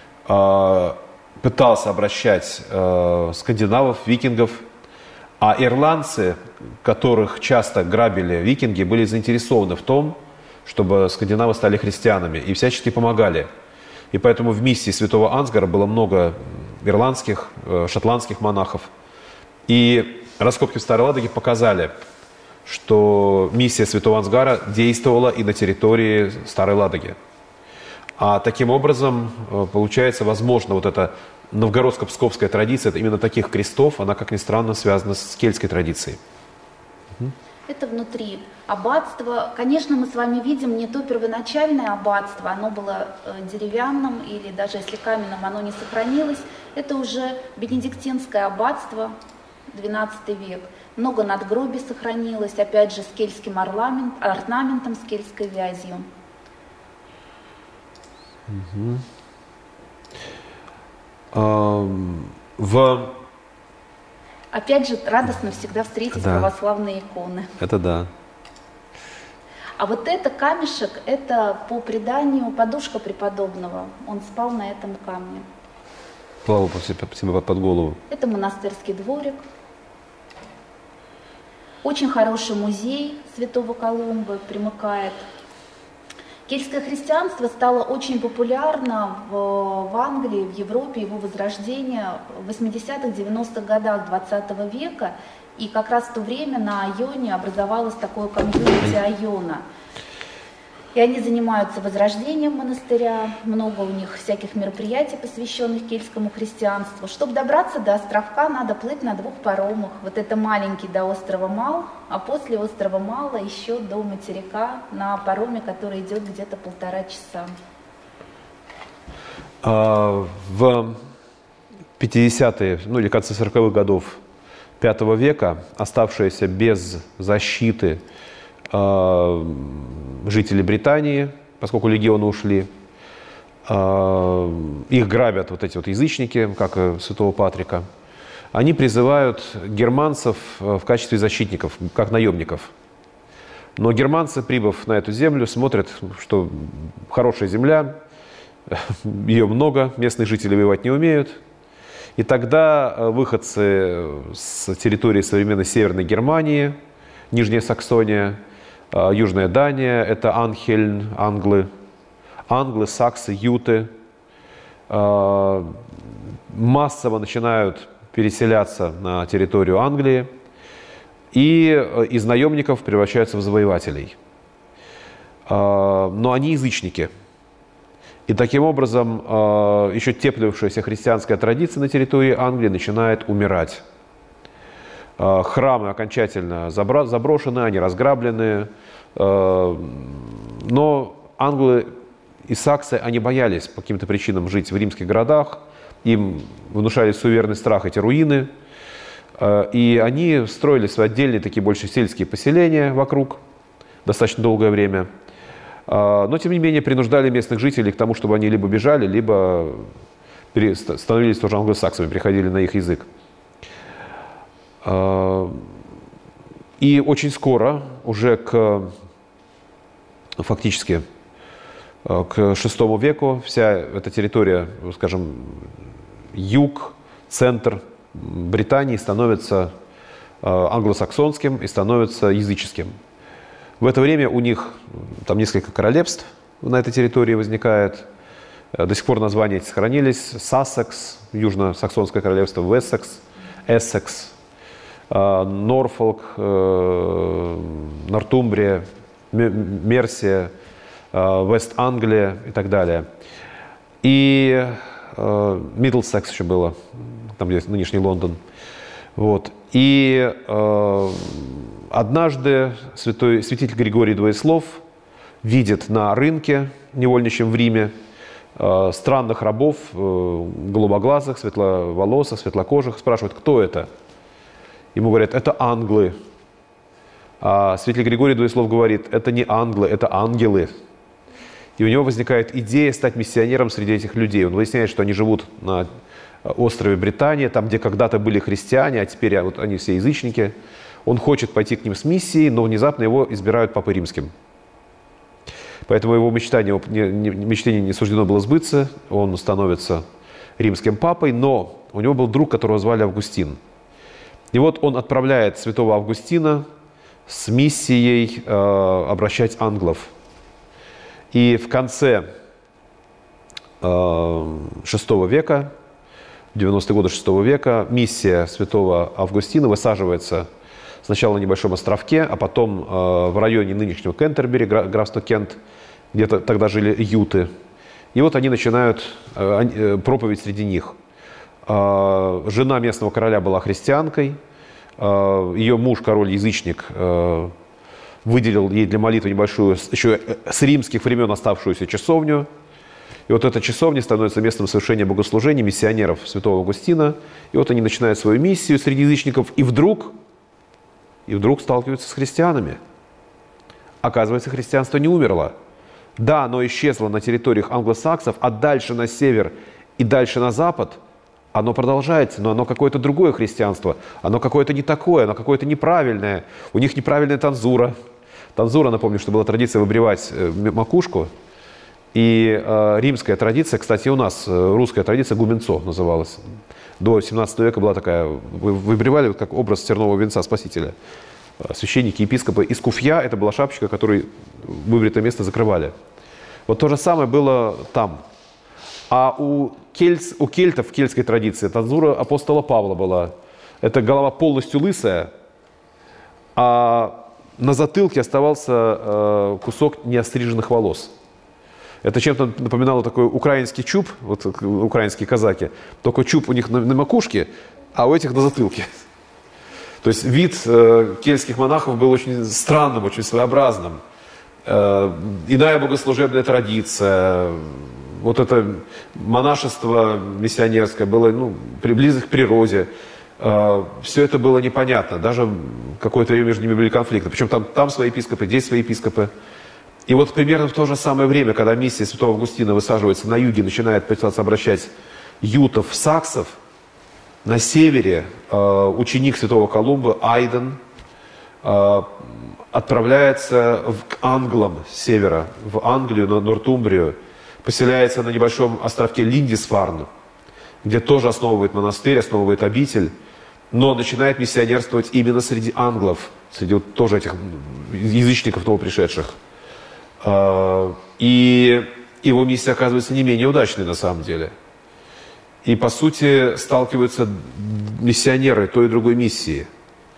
[SPEAKER 2] пытался обращать скандинавов, викингов, а ирландцы, которых часто грабили викинги, были заинтересованы в том, чтобы скандинавы стали христианами и всячески помогали. И поэтому в миссии святого Ансгара было много ирландских, шотландских монахов. И раскопки в Старой Ладоге показали, что миссия святого Ансгара действовала и на территории Старой Ладоги. А таким образом, получается, возможно, вот эта новгородско-псковская традиция, это именно таких крестов, она, как ни странно, связана с кельтской традицией.
[SPEAKER 4] Это внутри аббатства. Конечно, мы с вами видим не то первоначальное аббатство, оно было деревянным или даже если каменным, оно не сохранилось. Это уже бенедиктинское аббатство, XII век. Много надгробий сохранилось, опять же, с кельтским орнаментом, с кельтской вязью. Опять же, радостно всегда встретить православные иконы.
[SPEAKER 2] Это да.
[SPEAKER 4] А вот это камешек, это по преданию подушка преподобного. Он спал на этом камне.
[SPEAKER 2] Плавал по себе под голову.
[SPEAKER 4] Это монастырский дворик. Очень хороший музей Святого Колумба примыкает. Кельтское христианство стало очень популярно в Англии, в Европе, его возрождение в 80-х, 90-х годах 20 века. И как раз в то время на Айоне образовалось такое комьюнити Айона. И они занимаются возрождением монастыря, много у них всяких мероприятий, посвященных кельтскому христианству. Чтобы добраться до островка, надо плыть на 2 паромах. Вот это маленький до острова Мал, а после острова Мала еще до материка на пароме, который идет где-то 1,5 часа.
[SPEAKER 2] В 50-е, ну или конце 40-х годов V века, оставшиеся без защиты жители Британии, поскольку легионы ушли, их грабят вот эти вот язычники, как и святого Патрика. Они призывают германцев в качестве защитников, как наемников. Но германцы, прибыв на эту землю, смотрят, что хорошая земля, ее много, местные жители воевать не умеют. И тогда выходцы с территории современной Северной Германии, Нижняя Саксония, Южная Дания, это Анхельм, англы, саксы, юты, массово начинают переселяться на территорию Англии и из наемников превращаются в завоевателей. Но они язычники. И таким образом еще теплившаяся христианская традиция на территории Англии начинает умирать. Храмы окончательно заброшены, они разграблены. Но англы и саксы, они боялись по каким-то причинам жить в римских городах. Им внушали суеверный страх эти руины. И они строили свои отдельные, такие больше сельские поселения вокруг достаточно долгое время. Но, тем не менее, принуждали местных жителей к тому, чтобы они либо бежали, либо становились тоже англосаксами, переходили на их язык. И очень скоро, уже фактически к VI веку, вся эта территория, скажем, юг, центр Британии становится англосаксонским и становится языческим. В это время у них там несколько королевств на этой территории возникает. До сих пор названия эти сохранились. Сассекс, южно-саксонское королевство, Уэссекс, Эссекс, Норфолк, Нортумбрия, Мерсия, Вест-Англия и так далее. И Миддлсекс еще было, там где нынешний Лондон. Вот. И однажды святитель Григорий Двоеслов видит на рынке, невольничьем в Риме, странных рабов, голубоглазых, светловолосых, светлокожих. Спрашивают, кто это? Ему говорят, это англы. А святитель Григорий Двоеслов говорит, это не англы, это ангелы. И у него возникает идея стать миссионером среди этих людей. Он выясняет, что они живут на острове Британия, там, где когда-то были христиане, а теперь вот они все язычники. Он хочет пойти к ним с миссией, но внезапно его избирают папой римским. Поэтому его мечте не суждено было сбыться. Он становится римским папой, но у него был друг, которого звали Августин. И вот он отправляет святого Августина с миссией обращать англов. И в конце VI века, в 90-е годы VI века, миссия святого Августина высаживается сначала на небольшом островке, а потом в районе нынешнего Кентербери, графства Кент, где-то тогда жили юты. И вот они начинают проповедь среди них. Жена местного короля была христианкой, ее муж, король-язычник, выделил ей для молитвы небольшую, еще с римских времен оставшуюся часовню. И вот эта часовня становится местом совершения богослужений миссионеров святого Августина. И вот они начинают свою миссию среди язычников, и вдруг сталкиваются с христианами. Оказывается, христианство не умерло. Да, оно исчезло на территориях англосаксов, а дальше на север и дальше на запад оно продолжается, но оно какое-то другое христианство. Оно какое-то не такое, оно какое-то неправильное. У них неправильная танзура. Танзура, напомню, что была традиция выбривать макушку. И римская традиция, кстати, у нас русская традиция гуменцо называлась. До 17 века была такая, выбривали как образ тернового венца Спасителя. Священники, епископы. Из куфья это была шапочка, которой выбритое место закрывали. Вот то же самое было там. А у кельтов в кельтской традиции танзура апостола Павла была. Это голова полностью лысая, а на затылке оставался кусок неостриженных волос. Это чем-то напоминало такой украинский чуб, вот украинские казаки. Только чуб у них на макушке, а у этих на затылке. То есть вид кельтских монахов был очень странным, очень своеобразным. Иная богослужебная традиция, вот это монашество миссионерское было близко к природе. Все это было непонятно. Даже какое-то время между ними были конфликты. Причем там свои епископы, здесь свои епископы. И вот примерно в то же самое время, когда миссия святого Августина высаживается на юге, начинает пытаться обращать ютов в саксов, на севере ученик святого Колумба Айден отправляется к англам с севера, в Англию, на Нортумбрию, поселяется на небольшом островке Линдисфарн, где тоже основывает монастырь, основывает обитель, но начинает миссионерствовать именно среди англов, среди вот тоже этих язычников новопришедших. И его миссия оказывается не менее удачной на самом деле. И по сути сталкиваются миссионеры той и другой миссии.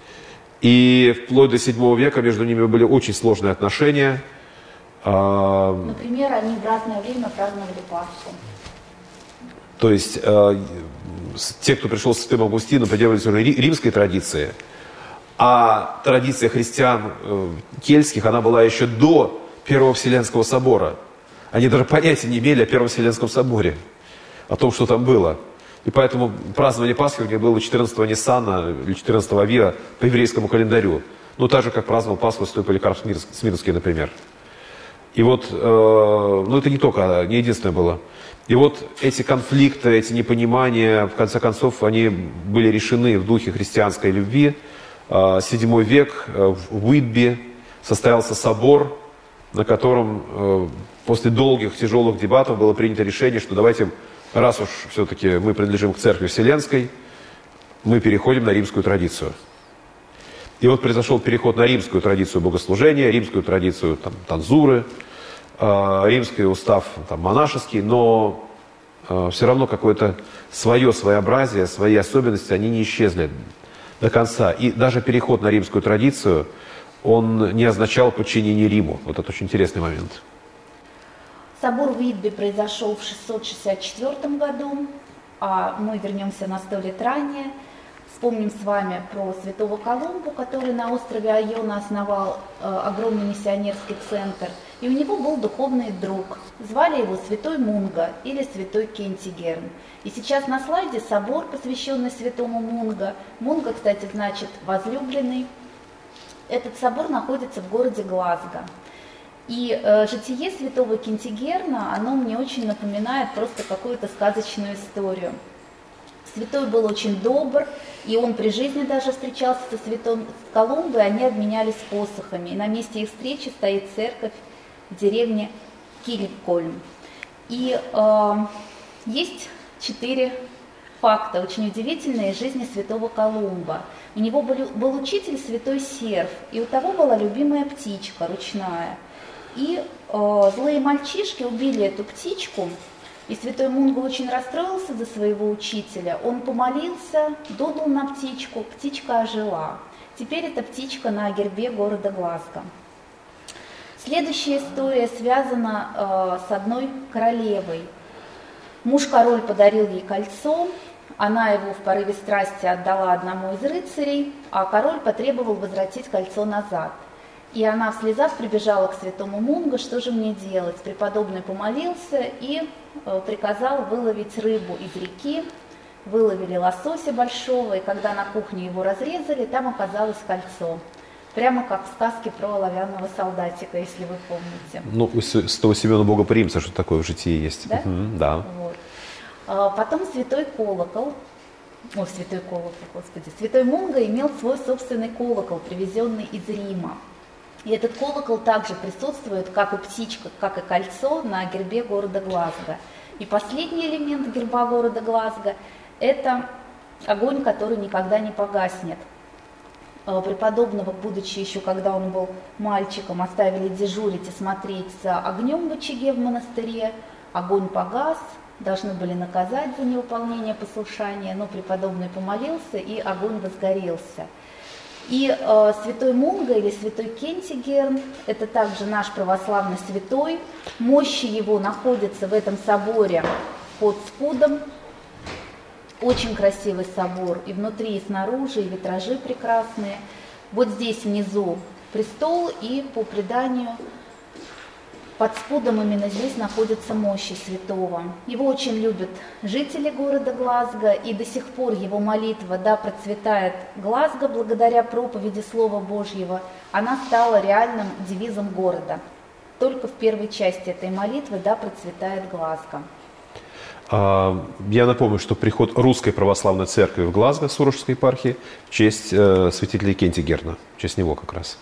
[SPEAKER 2] И вплоть до VII века между ними были очень сложные отношения.
[SPEAKER 4] Например, они в разное время праздновали Пасху.
[SPEAKER 2] То есть те, кто пришел с святым Августином, придерживались уже римской традиции, а традиция христиан кельтских, она была еще до Первого Вселенского собора. Они даже понятия не имели о Первом Вселенском соборе, о том, что там было. И поэтому празднование Пасхи у них было 14-го Ниссана или 14-го Авира по еврейскому календарю. Ну, так же, как праздновал Пасху святой Поликарп Смирнский, например. И вот, это не единственное было. И вот эти конфликты, эти непонимания, в конце концов, они были решены в духе христианской любви. VII век в Уитби состоялся собор, на котором после долгих, тяжелых дебатов было принято решение, что давайте, раз уж все-таки мы принадлежим к Церкви Вселенской, мы переходим на римскую традицию. И вот произошел переход на римскую традицию богослужения, римскую традицию танзуры, римский устав монашеский, но все равно какое-то свое своеобразие, свои особенности, они не исчезли до конца. И даже переход на римскую традицию, он не означал подчинение Риму. Вот это очень интересный момент.
[SPEAKER 4] Собор в Уитби произошел в 664 году, а мы вернемся на 100 лет ранее. Вспомним с вами про святого Колумбу, который на острове Айона основал огромный миссионерский центр. И у него был духовный друг. Звали его святой Мунга или святой Кентигерн. И сейчас на слайде собор, посвященный святому Мунга. Мунга, кстати, значит возлюбленный. Этот собор находится в городе Глазго. И житие святого Кентигерна, оно мне очень напоминает просто какую-то сказочную историю. Святой был очень добр, и он при жизни даже встречался со святым Колумбой, они обменялись посохами. И на месте их встречи стоит церковь в деревне Килькольм. И есть 4 факта, очень удивительные из жизни святого Колумба. У него был учитель святой Серв, и у того была любимая птичка ручная. И злые мальчишки убили эту птичку, и святой Мунга очень расстроился за своего учителя. Он помолился, дунул на птичку, птичка ожила. Теперь эта птичка на гербе города Глазго. Следующая история связана с одной королевой. Муж-король подарил ей кольцо, она его в порыве страсти отдала одному из рыцарей, а король потребовал возвратить кольцо назад. И она в слезах прибежала к святому Мунго, что же мне делать? Преподобный помолился и приказал выловить рыбу из реки, выловили лосося большого, и когда на кухне его разрезали, там оказалось кольцо. Прямо как в сказке про оловянного солдатика, если вы помните.
[SPEAKER 2] Ну, у святого Симеона Богоприимца что такое в житии есть.
[SPEAKER 4] Да?
[SPEAKER 2] Да.
[SPEAKER 4] Вот. Потом святой Мунга имел свой собственный колокол, привезенный из Рима. И этот колокол также присутствует, как и птичка, как и кольцо, на гербе города Глазго. И последний элемент герба города Глазго – это огонь, который никогда не погаснет. Преподобного, будучи еще, когда он был мальчиком, оставили дежурить и смотреть за огнем в очаге в монастыре. Огонь погас, должны были наказать за невыполнение послушания, но преподобный помолился, и огонь возгорелся. И святой Мунга или святой Кентигерн – это также наш православный святой. Мощи его находятся в этом соборе под спудом. Очень красивый собор, и внутри, и снаружи, и витражи прекрасные. Вот здесь внизу престол, и по преданию под спудом именно здесь находятся мощи святого. Его очень любят жители города Глазго, и до сих пор его молитва «Да процветает Глазго» благодаря проповеди Слова Божьего, она стала реальным девизом города. Только в первой части этой молитвы «Да процветает Глазго».
[SPEAKER 2] Я напомню, что приход Русской Православной Церкви в Глазго, Сурожской епархии, в честь святителя Кентигерна, в честь него как раз.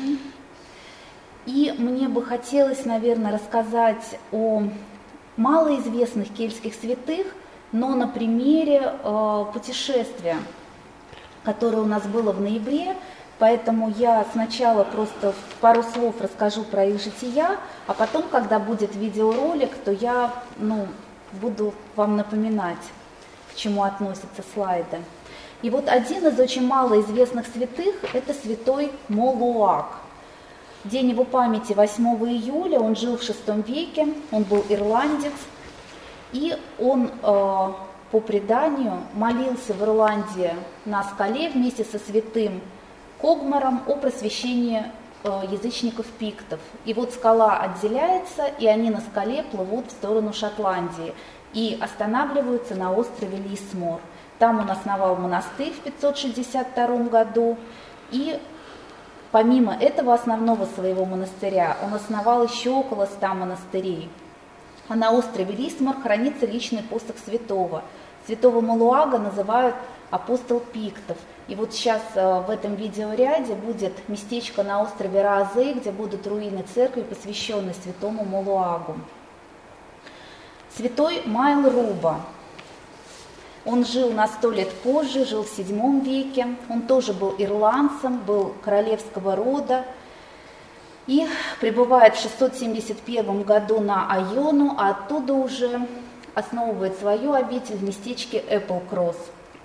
[SPEAKER 4] И мне бы хотелось, наверное, рассказать о малоизвестных кельтских святых, но на примере путешествия, которое у нас было в ноябре. Поэтому я сначала просто пару слов расскажу про их жития, а потом, когда будет видеоролик, то я буду вам напоминать, к чему относятся слайды. И вот один из очень малоизвестных святых – это святой Молуаг. День его памяти 8 июля, он жил в VI веке, он был ирландец, и он по преданию молился в Ирландии на скале вместе со святым Когмаром о просвещении язычников пиктов. И вот скала отделяется, и они на скале плывут в сторону Шотландии и останавливаются на острове Лисмор. Там он основал монастырь в 562 году, и помимо этого основного своего монастыря он основал еще около 100 монастырей. А на острове Лисмор хранится личный посох святого. Святого Молуага называют апостол пиктов. И вот сейчас в этом видеоряде будет местечко на острове Раазей, где будут руины церкви, посвященной святому Молуагу. Святой Майл Руба. Он жил на 100 лет позже, жил в VII веке. Он тоже был ирландцем, был королевского рода. И прибывает в 671 году на Айону, а оттуда уже основывает свою обитель в местечке Эпплкросс.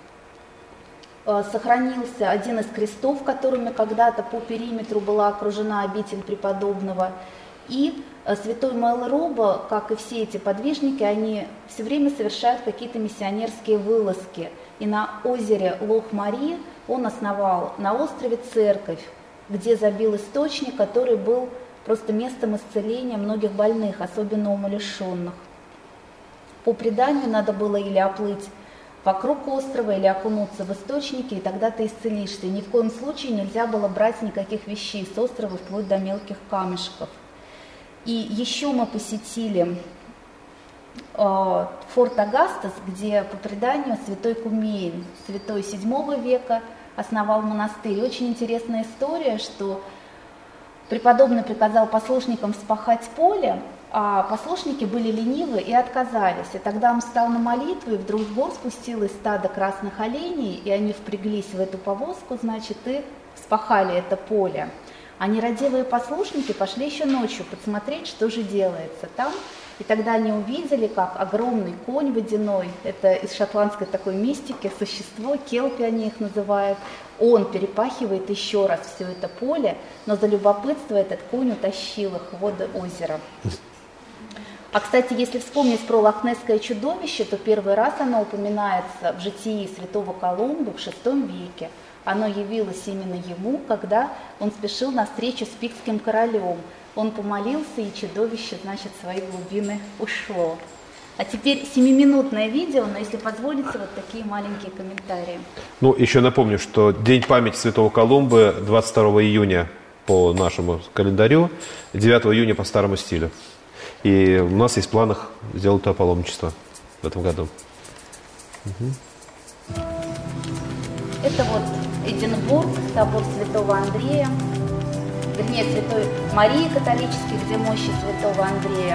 [SPEAKER 4] Сохранился один из крестов, которыми когда-то по периметру была окружена обитель преподобного. И святой Майл Руба, как и все эти подвижники, они все время совершают какие-то миссионерские вылазки. И на озере Лох-Мари он основал на острове церковь, где забил источник, который был просто местом исцеления многих больных, особенно умалишенных. По преданию надо было или оплыть вокруг острова, или окунуться в источники, и тогда ты исцелишься. И ни в коем случае нельзя было брать никаких вещей с острова, вплоть до мелких камешков. И еще мы посетили форт Агастас, где по преданию святой Кумейн, святой VII века, основал монастырь. И очень интересная история, что преподобный приказал послушникам вспахать поле, а послушники были ленивы и отказались. И тогда он встал на молитву, и вдруг в гор спустилось стадо красных оленей, и они впряглись в эту повозку, значит, и вспахали это поле. А нерадивые послушники пошли еще ночью посмотреть, что же делается там. И тогда они увидели, как огромный конь водяной, это из шотландской такой мистики, существо, келпи они их называют, он перепахивает еще раз все это поле, но за любопытство этот конь утащил их в воды озера. А, кстати, если вспомнить про лохнесское чудовище, то первый раз оно упоминается в житии святого Колумба в VI веке. Оно явилось именно ему, когда он спешил на встречу с пиктским королем. Он помолился, и чудовище, значит, в свои глубины ушло. А теперь 7-минутное видео, но если позволите, вот такие маленькие комментарии.
[SPEAKER 2] Ну, еще напомню, что День памяти Святого Колумба 22 июня по нашему календарю, 9 июня по старому стилю. И у нас есть в планах сделать это паломничество в этом году.
[SPEAKER 4] Это вот Эдинбург, собор Святого Андрея, вернее, Святой Марии католической, где мощи Святого Андрея.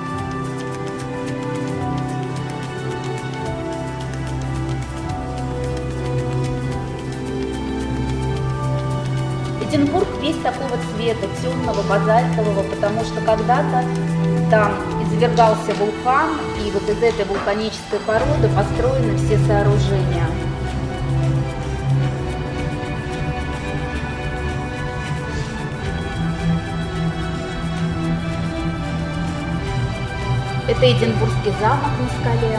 [SPEAKER 4] Эдинбург весь такого цвета, темного, базальтового, потому что когда-то там извергался вулкан, и вот из этой вулканической породы построены все сооружения. Это Эдинбургский замок на скале.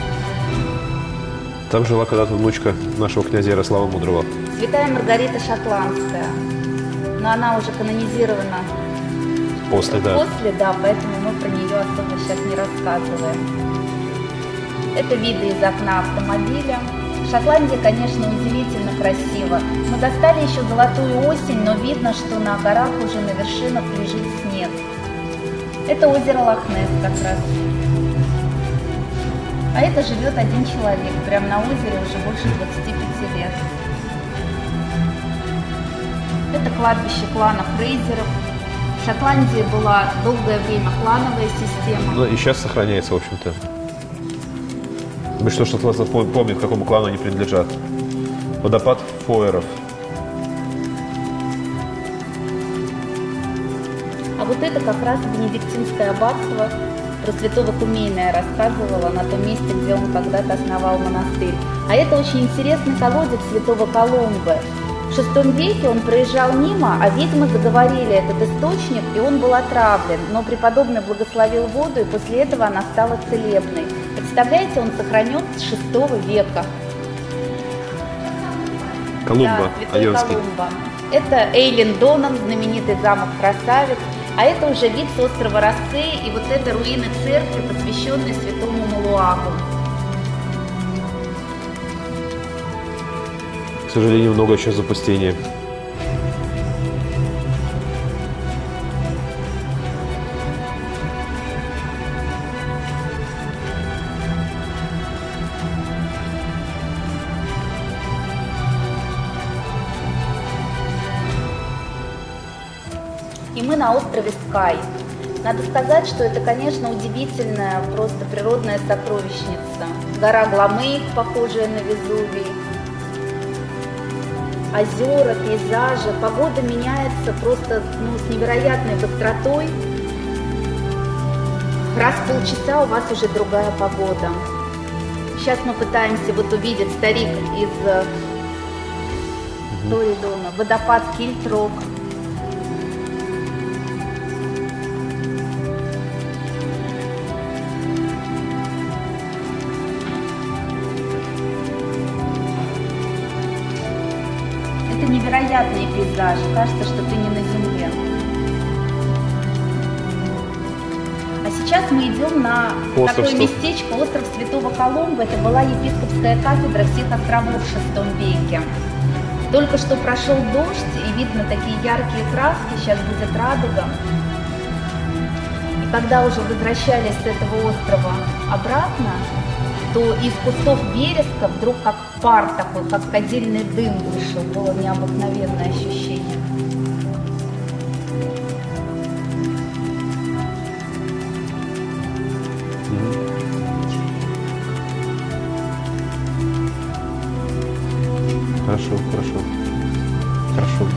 [SPEAKER 2] Там жила когда-то внучка нашего князя Ярослава Мудрого.
[SPEAKER 4] Святая Маргарита Шотландская. Но она уже канонизирована
[SPEAKER 2] после, да.
[SPEAKER 4] После, да, поэтому мы про нее особо сейчас не рассказываем. Это виды из окна автомобиля. Шотландия, конечно, удивительно красиво. Мы застали еще золотую осень, но видно, что на горах уже на вершинах лежит снег. Это озеро Лох-Несс как раз. А это живет один человек, прямо на озере уже больше 25 лет. Это кладбище клана Фрейзеров. В Шотландии была долгое время клановая система.
[SPEAKER 2] Ну и сейчас сохраняется, в общем-то. Мы что шотландцы помнят, к какому клану они принадлежат. Водопад Фойеров.
[SPEAKER 4] А вот это как раз Бенедиктинское аббатство. Про святого Кумейна я рассказывала на том месте, где он когда-то основал монастырь. А это очень интересный колодец святого Колумбы. В VI веке он проезжал мимо, а ведьмы заговорили этот источник, и он был отравлен. Но преподобный благословил воду, и после этого она стала целебной. Представляете, он сохранен с VI века.
[SPEAKER 2] Колумба,
[SPEAKER 4] да,
[SPEAKER 2] Айонский.
[SPEAKER 4] Колумба. Это Эйлин Донан, знаменитый замок Красавец. А это уже вид с острова Россы, и вот это руины церкви, посвященной святому Малуагу.
[SPEAKER 2] К сожалению, много еще запустения.
[SPEAKER 4] И мы на острове Скай. Надо сказать, что это, конечно, удивительная просто природная сокровищница. Гора Гламейк, похожая на Везувий. Озера, пейзажи. Погода меняется просто с невероятной быстротой. Раз в полчаса у вас уже другая погода. Сейчас мы пытаемся вот увидеть старик из Торидона. Водопад Кильтрок. Это невероятные пейзажи. Кажется, что ты не на земле. А сейчас мы идем на такое местечко, остров Святого Колумба. Это была епископская кафедра всех островов в VI веке. Только что прошел дождь, и видно такие яркие краски. Сейчас будет радуга. И когда уже возвращались с этого острова обратно, то из кустов вереска вдруг как пар такой, как кадильный дым вышел. Было необыкновенное ощущение.
[SPEAKER 2] Хорошо, хорошо. Хорошо.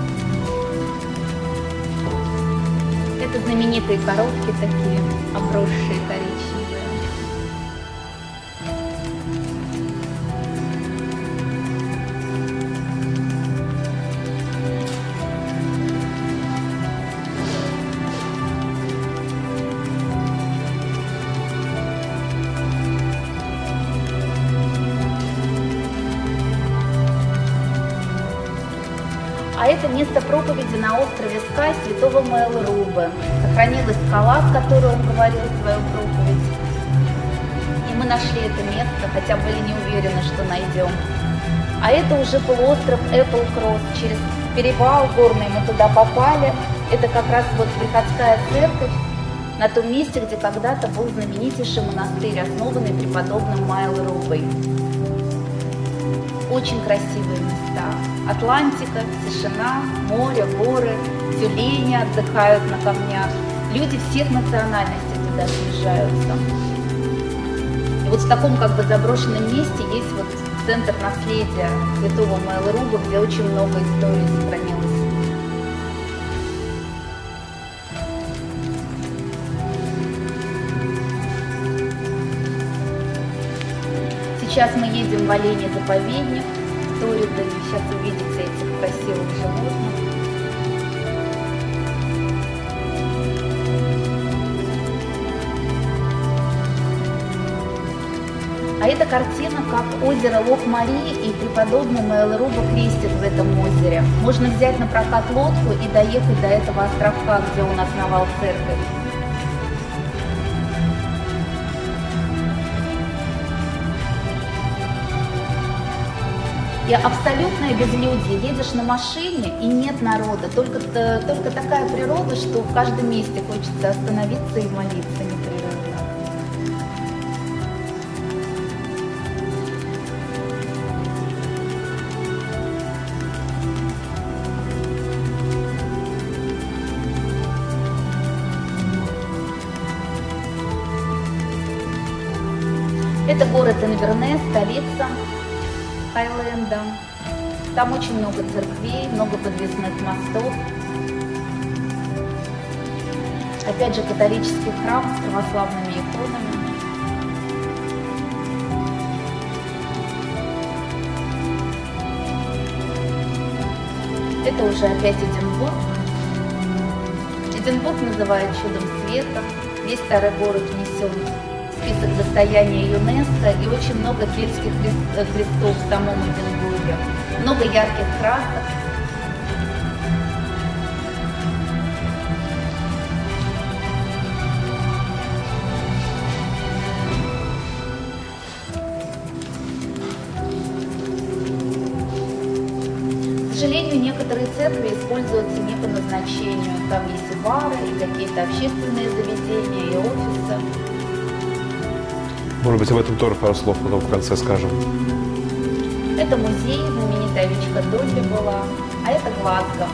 [SPEAKER 4] Это знаменитые коробки такие, обросшие коричневые. А это место проповеди на острове Скай святого Мэлрубы. Сохранилась скала, с которой он говорил свою проповедь. И мы нашли это место, хотя были не уверены, что найдем. А это уже полуостров Эпплкросс. Через перевал горный мы туда попали. Это как раз вот приходская церковь на том месте, где когда-то был знаменитейший монастырь, основанный преподобным Мэлрубой. Очень красивые места. Атлантика, тишина, море, горы, тюлени отдыхают на камнях. Люди всех национальностей туда съезжаются. И вот в таком как бы заброшенном месте есть вот центр наследия святого Мэлруба, где очень много историй сохранилось. Сейчас мы едем в оленей заповедник в Торидоне. Сейчас увидите этих красивых животных. А А эта картина как озеро Лох-Марии, и преподобный Мейлеруба крестит в этом озере. Можно взять на прокат лодку и доехать до этого островка, где он основал церковь. И абсолютное безлюдье. Едешь на машине, и нет народа. Только такая природа, что в каждом месте хочется остановиться и молиться непрерывно. Это город Инвернес, столица Хайленда. Там очень много церквей, много подвесных мостов. Опять же, католический храм с православными иконами. Это уже опять Эдинбург. Эдинбург называют чудом света. Весь старый город внесен в список достояния ЮНЕСКО, и очень много кельтских крестов в самом Эдинбурге. Много ярких красок. К сожалению, некоторые церкви используются не по назначению. Там есть и бары, и какие-то общественные заведения, и офисы.
[SPEAKER 2] Может быть, об этом тоже пару слов потом в конце скажем.
[SPEAKER 4] Это музей, знаменитая овечка Долли была, а это Глазго.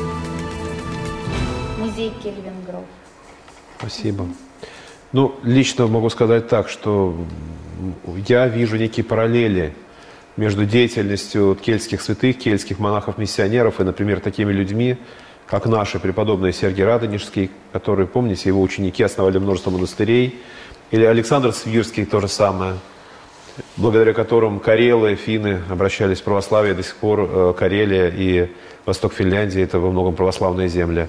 [SPEAKER 4] Музей Кельвин-Гров.
[SPEAKER 2] Спасибо. Ну, лично могу сказать так, что я вижу некие параллели между деятельностью кельтских святых, кельтских монахов-миссионеров и, например, такими людьми, как наши преподобные Сергий Радонежский, который, помните, его ученики основали множество монастырей, или Александр Свирский, то же самое, благодаря которым карелы, финны обращались в православие, до сих пор Карелия и восток Финляндии – это во многом православные земли.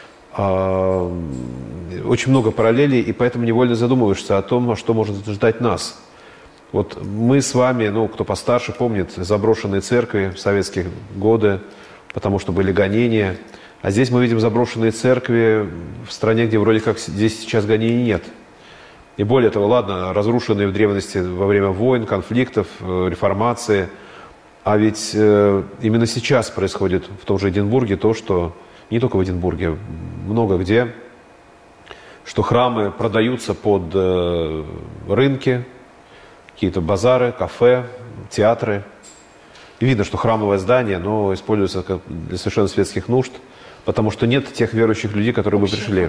[SPEAKER 2] Очень много параллелей, и поэтому невольно задумываешься о том, что может ждать нас. Вот мы с вами, ну, кто постарше, помнит заброшенные церкви в советские годы, потому что были гонения. А здесь мы видим заброшенные церкви в стране, где вроде как здесь сейчас гонений нет. И более того, ладно, разрушенные в древности во время войн, конфликтов, реформации. А ведь именно сейчас происходит в том же Эдинбурге то, что не только в Эдинбурге, много где, что храмы продаются под рынки, какие-то базары, кафе, театры. И видно, что храмовое здание, но используется для совершенно светских нужд, потому что нет тех верующих людей, которые бы пришли.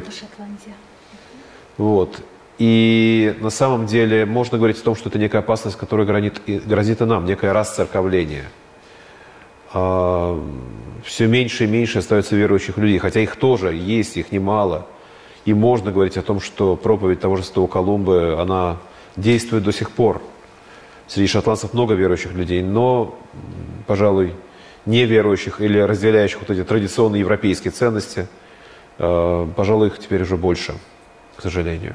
[SPEAKER 2] Вот. И на самом деле можно говорить о том, что это некая опасность, которая грозит и нам, некое расцерковление. Все меньше и меньше остается верующих людей, хотя их тоже есть, их немало. И можно говорить о том, что проповедь того же Святого Колумбы, она действует до сих пор. Среди шотландцев много верующих людей, но, пожалуй, неверующих или разделяющих вот эти традиционные европейские ценности, пожалуй, их теперь уже больше, к сожалению.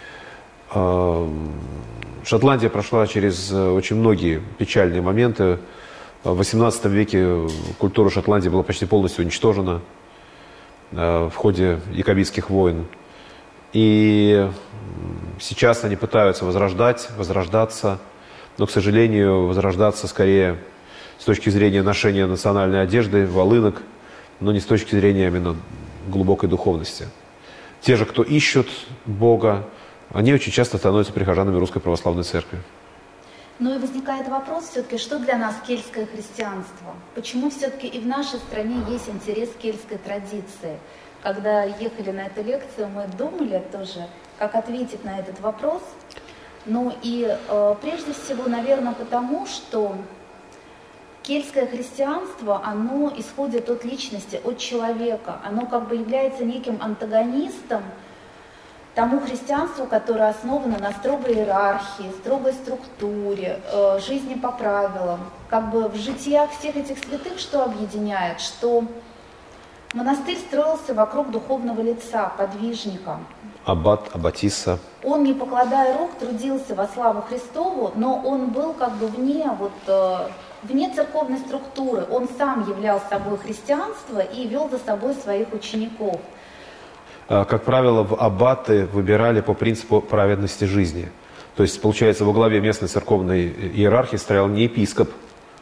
[SPEAKER 2] Шотландия прошла через очень многие печальные моменты. В XVIII веке культура Шотландии была почти полностью уничтожена в ходе якобитских войн. И сейчас они пытаются возрождаться, но, к сожалению, возрождаться скорее с точки зрения ношения национальной одежды, волынок, но не с точки зрения именно глубокой духовности. Те же, кто ищут Бога, они очень часто становятся прихожанами Русской Православной Церкви.
[SPEAKER 4] Ну и возникает вопрос все-таки, что для нас кельтское христианство? Почему все-таки и в нашей стране есть интерес к кельтской традиции? Когда ехали на эту лекцию, мы думали тоже, как ответить на этот вопрос. Ну и прежде всего, наверное, потому что кельтское христианство, оно исходит от личности, от человека. Оно как бы является неким антагонистом тому христианству, которое основано на строгой иерархии, строгой структуре, жизни по правилам. Как бы в житиях всех этих святых что объединяет? Что Монастырь строился вокруг духовного лица, подвижника.
[SPEAKER 2] Аббат, аббатисса.
[SPEAKER 4] Он, не покладая рук, трудился во славу Христову, но он был как бы вне церковной структуры. Он сам являл собой христианство и вел за собой своих учеников.
[SPEAKER 2] Как правило, аббаты выбирали по принципу праведности жизни. То есть, получается, во главе местной церковной иерархии стоял не епископ,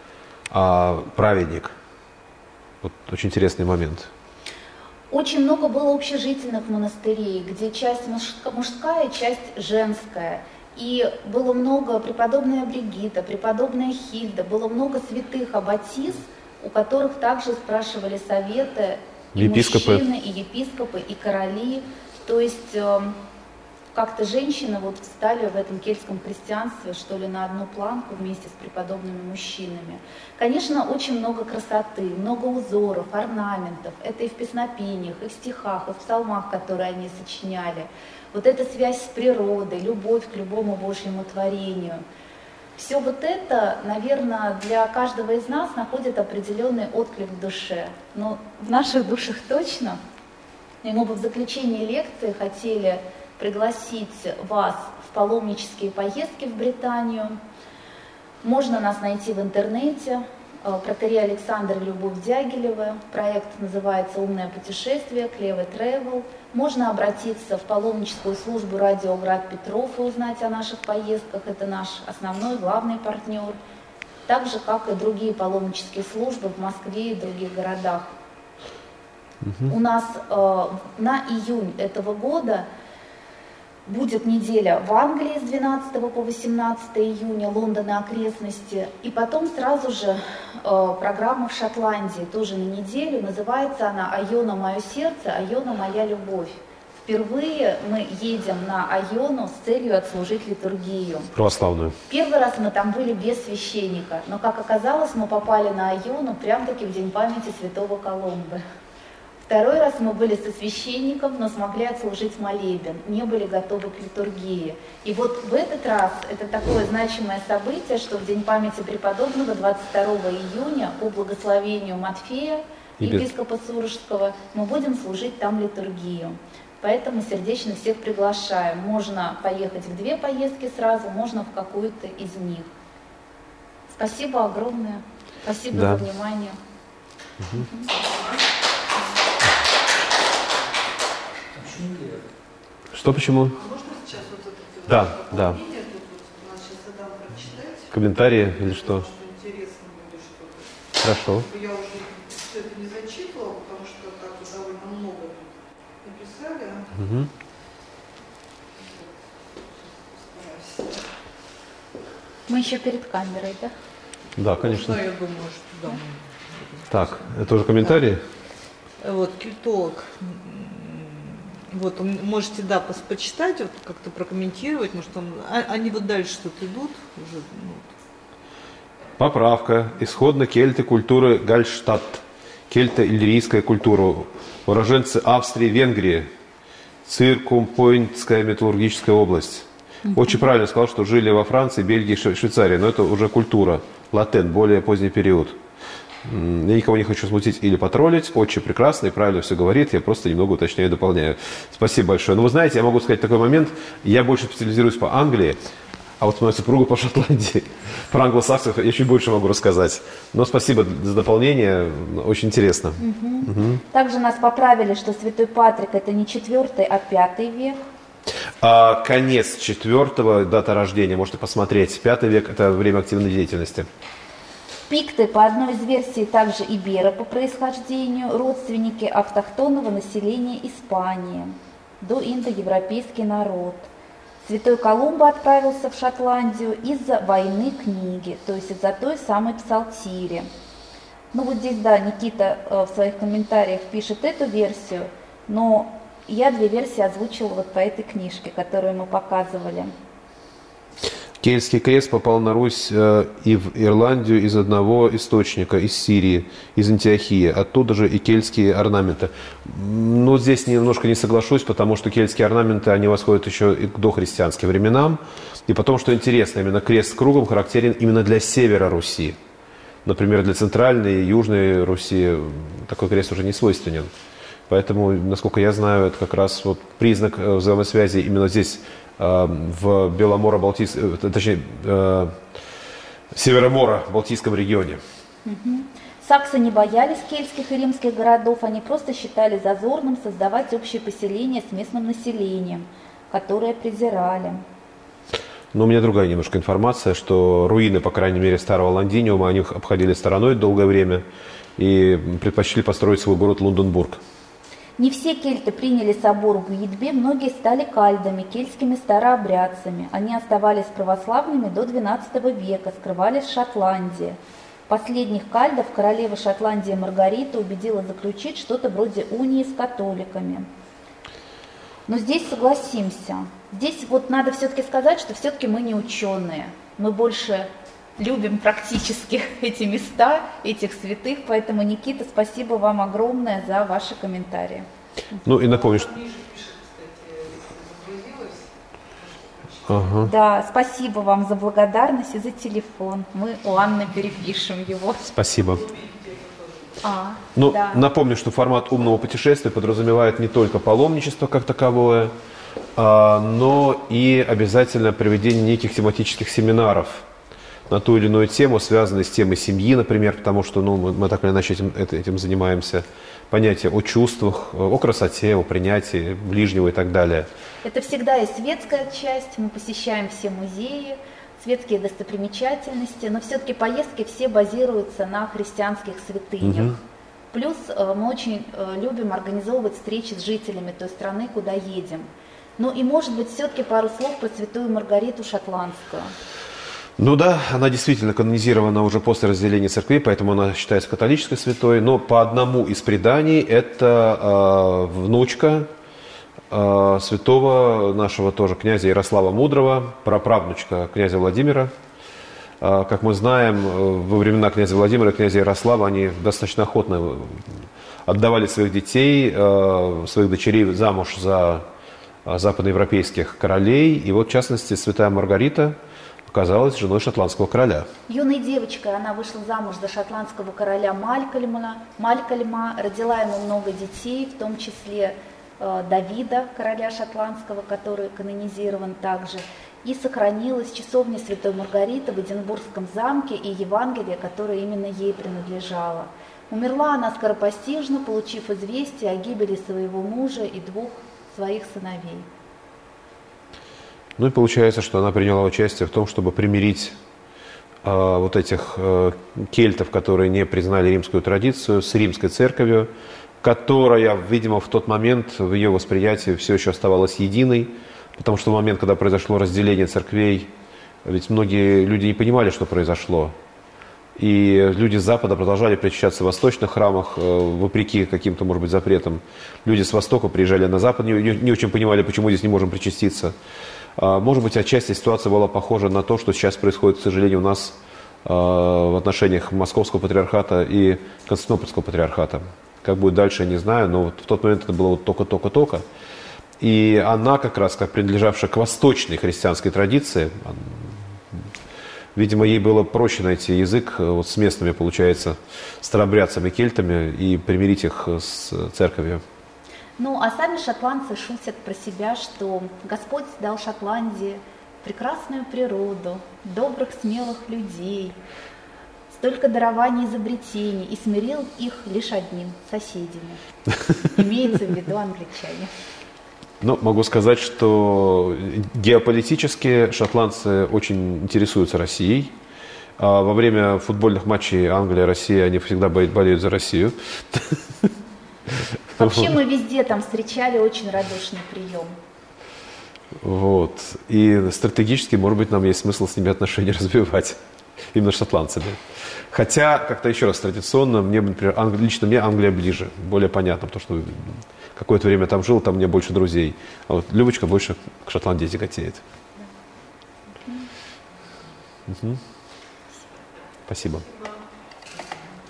[SPEAKER 2] а праведник. Вот очень интересный момент.
[SPEAKER 4] Очень много было общежительных монастырей, где часть мужская, часть женская. И было много преподобная Бригитта, преподобная Хильда, было много святых аббатис, у которых также спрашивали советы и
[SPEAKER 2] епископы.
[SPEAKER 4] Мужчины, и епископы, и короли. То есть как-то женщины вот встали в этом кельтском христианстве, что ли, на одну планку вместе с преподобными мужчинами. Конечно, очень много красоты, много узоров, орнаментов. Это и в песнопениях, и в стихах, и в псалмах, которые они сочиняли. Вот эта связь с природой, любовь к любому Божьему творению. Все вот это, наверное, для каждого из нас находит определенный отклик в душе. Но в наших душах точно. И мы бы в заключении лекции хотели пригласить вас в паломнические поездки в Британию. Можно нас найти в интернете. Протоиерей Александр и Любовь Дягилевы. Проект называется «Умное путешествие», Клеве Travel. Можно обратиться в паломническую службу «Радио Град Петров» и узнать о наших поездках. Это наш основной, главный партнер. Так же, как и другие паломнические службы в Москве и других городах. У нас на июнь этого года будет неделя в Англии с 12 по 18 июня, Лондон и окрестности. И потом сразу же программа в Шотландии, тоже на неделю. Называется она «Айона мое сердце, Айона моя любовь». Впервые мы едем на Айону с целью отслужить литургию.
[SPEAKER 2] Православную.
[SPEAKER 4] Первый раз мы там были без священника, но, как оказалось, мы попали на Айону прям-таки в день памяти святого Колумбы. Второй раз мы были со священником, но смогли отслужить молебен, не были готовы к литургии. И вот в этот раз это такое значимое событие, что в день памяти преподобного 22 июня по благословению Матфея, епископа Сурожского, мы будем служить там литургию. Поэтому сердечно всех приглашаем. Можно поехать в 2 поездки сразу, можно в какую-то из них. Спасибо огромное. Спасибо за внимание.
[SPEAKER 2] Что, почему?
[SPEAKER 5] Можно сейчас вот это?
[SPEAKER 2] Да.
[SPEAKER 5] Видео, тут сейчас задам прочитать.
[SPEAKER 2] Комментарии или что?
[SPEAKER 5] Что интересно будет что-то.
[SPEAKER 2] Хорошо.
[SPEAKER 5] Я уже все это не зачитывала, потому что так довольно много написали.
[SPEAKER 4] Мы еще перед камерой, да?
[SPEAKER 2] Да, конечно.
[SPEAKER 5] Да, я думаю, что да.
[SPEAKER 2] Так, это уже комментарии?
[SPEAKER 5] Вот, кельтолог. Вот, можете, да, почитать, вот, как-то прокомментировать, может, они вот дальше что-то идут уже. Ну.
[SPEAKER 2] Поправка. Исходно кельты культуры Гальштадт. Кельто-иллирийская культура. Уроженцы Австрии, Венгрии. Циркумпойнтская металлургическая область. Очень правильно сказал, что жили во Франции, Бельгии, Швейцарии, но это уже культура. Латен, более поздний период. Я никого не хочу смутить или потроллить. Очень прекрасно и правильно все говорит. Я просто немного уточняю и дополняю. Спасибо большое. Но вы знаете, я могу сказать такой момент. Я больше специализируюсь по Англии, а вот моя супруга по Шотландии. Про англосаксов я чуть больше могу рассказать. Но спасибо за дополнение. Очень интересно.
[SPEAKER 4] Также нас поправили, что Святой Патрик это не 4, а 5 век.
[SPEAKER 2] Конец 4-го, дата рождения. Можете посмотреть. 5 век – это время активной деятельности.
[SPEAKER 4] Пикты, по одной из версий, также иберы по происхождению, родственники автохтонного населения Испании, доиндоевропейский народ. Святой Колумба отправился в Шотландию из-за войны книги, то есть из-за той самой псалтири. Ну вот здесь, да, Никита в своих комментариях пишет эту версию, но я 2 версии озвучила вот по этой книжке, которую мы показывали.
[SPEAKER 2] Кельтский крест попал на Русь и в Ирландию из одного источника, из Сирии, из Антиохии. Оттуда же и кельтские орнаменты. Но здесь немножко не соглашусь, потому что кельтские орнаменты, они восходят еще и к дохристианским временам. И потом, что интересно, именно крест с кругом характерен именно для севера Руси. например, для Центральной и Южной Руси такой крест уже не свойственен. Поэтому, насколько я знаю, это как раз вот признак взаимосвязи именно здесь, в Беломоро-Балтийском, точнее, Североморо-Балтийском регионе.
[SPEAKER 4] Саксы не боялись кельтских и римских городов, они просто считали зазорным создавать общее поселение с местным населением, которое презирали.
[SPEAKER 2] Но у меня другая немножко информация, что руины, по крайней мере, старого Лондиниума, они обходили стороной долгое время и предпочли построить свой город Лунденбург.
[SPEAKER 4] Не все кельты приняли собор в Уитби, многие стали кальдами, кельтскими старообрядцами. Они оставались православными до XII века, скрывались в Шотландии. Последних кальдов королева Шотландии Маргарита убедила заключить что-то вроде унии с католиками. Но здесь согласимся. Здесь вот надо все-таки сказать, что все-таки мы не ученые. Мы больше любим практически эти места, этих святых. Поэтому, Никита, спасибо вам огромное за ваши комментарии.
[SPEAKER 2] Ну и напомню, что... Ага.
[SPEAKER 4] Да, спасибо вам за благодарность и за телефон. Мы у Анны перепишем его.
[SPEAKER 2] Спасибо. Да. Напомню, что формат умного путешествия подразумевает не только паломничество как таковое, но и обязательно проведение неких тематических семинаров на ту или иную тему, связанную с темой семьи, например, потому что мы так или иначе этим занимаемся. Понятие о чувствах, о красоте, о принятии ближнего и так далее. Это всегда и светская часть. Мы посещаем все музеи, светские достопримечательности, но все-таки поездки все базируются на христианских святынях. Плюс мы очень любим организовывать встречи с жителями той страны, куда едем. Ну и, может быть, все-таки пару слов про святую Маргариту Шотландскую. Ну да, она действительно канонизирована уже после разделения церквей, поэтому она считается католической святой. Но по одному из преданий это внучка святого нашего тоже князя Ярослава Мудрого, праправнучка князя Владимира. Как мы знаем, во времена князя Владимира и князя Ярослава они достаточно охотно отдавали своих детей, своих дочерей замуж за западноевропейских королей. И вот, в частности, святая Маргарита оказалась женой шотландского короля. Юной девочкой она вышла замуж за шотландского короля Малькольма, родила ему много детей, в том числе Давида, короля шотландского, который канонизирован также, и сохранилась часовня Святой Маргариты в Эдинбургском замке и Евангелие, которое именно ей принадлежало. Умерла она скоропостижно, получив известие о гибели своего мужа и двух своих сыновей. Ну и получается, что она приняла участие в том, чтобы примирить вот этих кельтов, которые не признали римскую традицию, с римской церковью, которая, видимо, в тот момент в ее восприятии все еще оставалась единой, потому что в момент, когда произошло разделение церквей, ведь многие люди не понимали, что произошло. И люди с Запада продолжали причащаться в восточных храмах, вопреки каким-то, может быть, запретам. Люди с Востока приезжали на Запад, не очень понимали, почему здесь не можем причаститься. Может быть, отчасти ситуация была похожа на то, что сейчас происходит, к сожалению, у нас в отношениях Московского патриархата и Константинопольского патриархата. Как будет дальше, я не знаю, но вот в тот момент это было вот только-только-только. И она как раз, как принадлежавшая к восточной христианской традиции, видимо, ей было проще найти язык вот с местными, получается, старообрядцами, кельтами и примирить их с церковью. Ну, а сами шотландцы шутят про себя, что Господь дал Шотландии прекрасную природу, добрых, смелых людей, столько дарований и изобретений, и смирил их лишь одним – соседями. Имеется в виду англичане. Ну, могу сказать, что геополитически шотландцы очень интересуются Россией. Во время футбольных матчей Англия-Россия они всегда болеют за Россию. Вообще мы везде там встречали очень радушный прием. Вот. И стратегически, может быть, нам есть смысл с ними отношения развивать. Именно с шотландцами. Хотя, как-то еще раз, традиционно, мне, например, лично мне Англия ближе. Более понятно, потому что какое-то время там жил, там мне больше друзей. А вот Любочка больше к Шотландии тяготеет. Угу. Спасибо.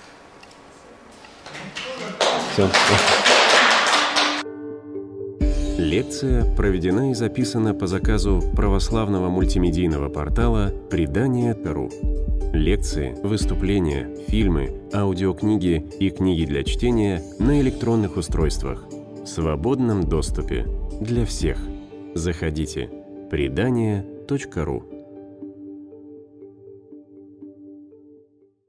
[SPEAKER 2] Все.
[SPEAKER 6] Лекция проведена и записана по заказу православного мультимедийного портала «Предания.ру». Лекции, выступления, фильмы, аудиокниги и книги для чтения на электронных устройствах в свободном доступе для всех. Заходите. Предания.ру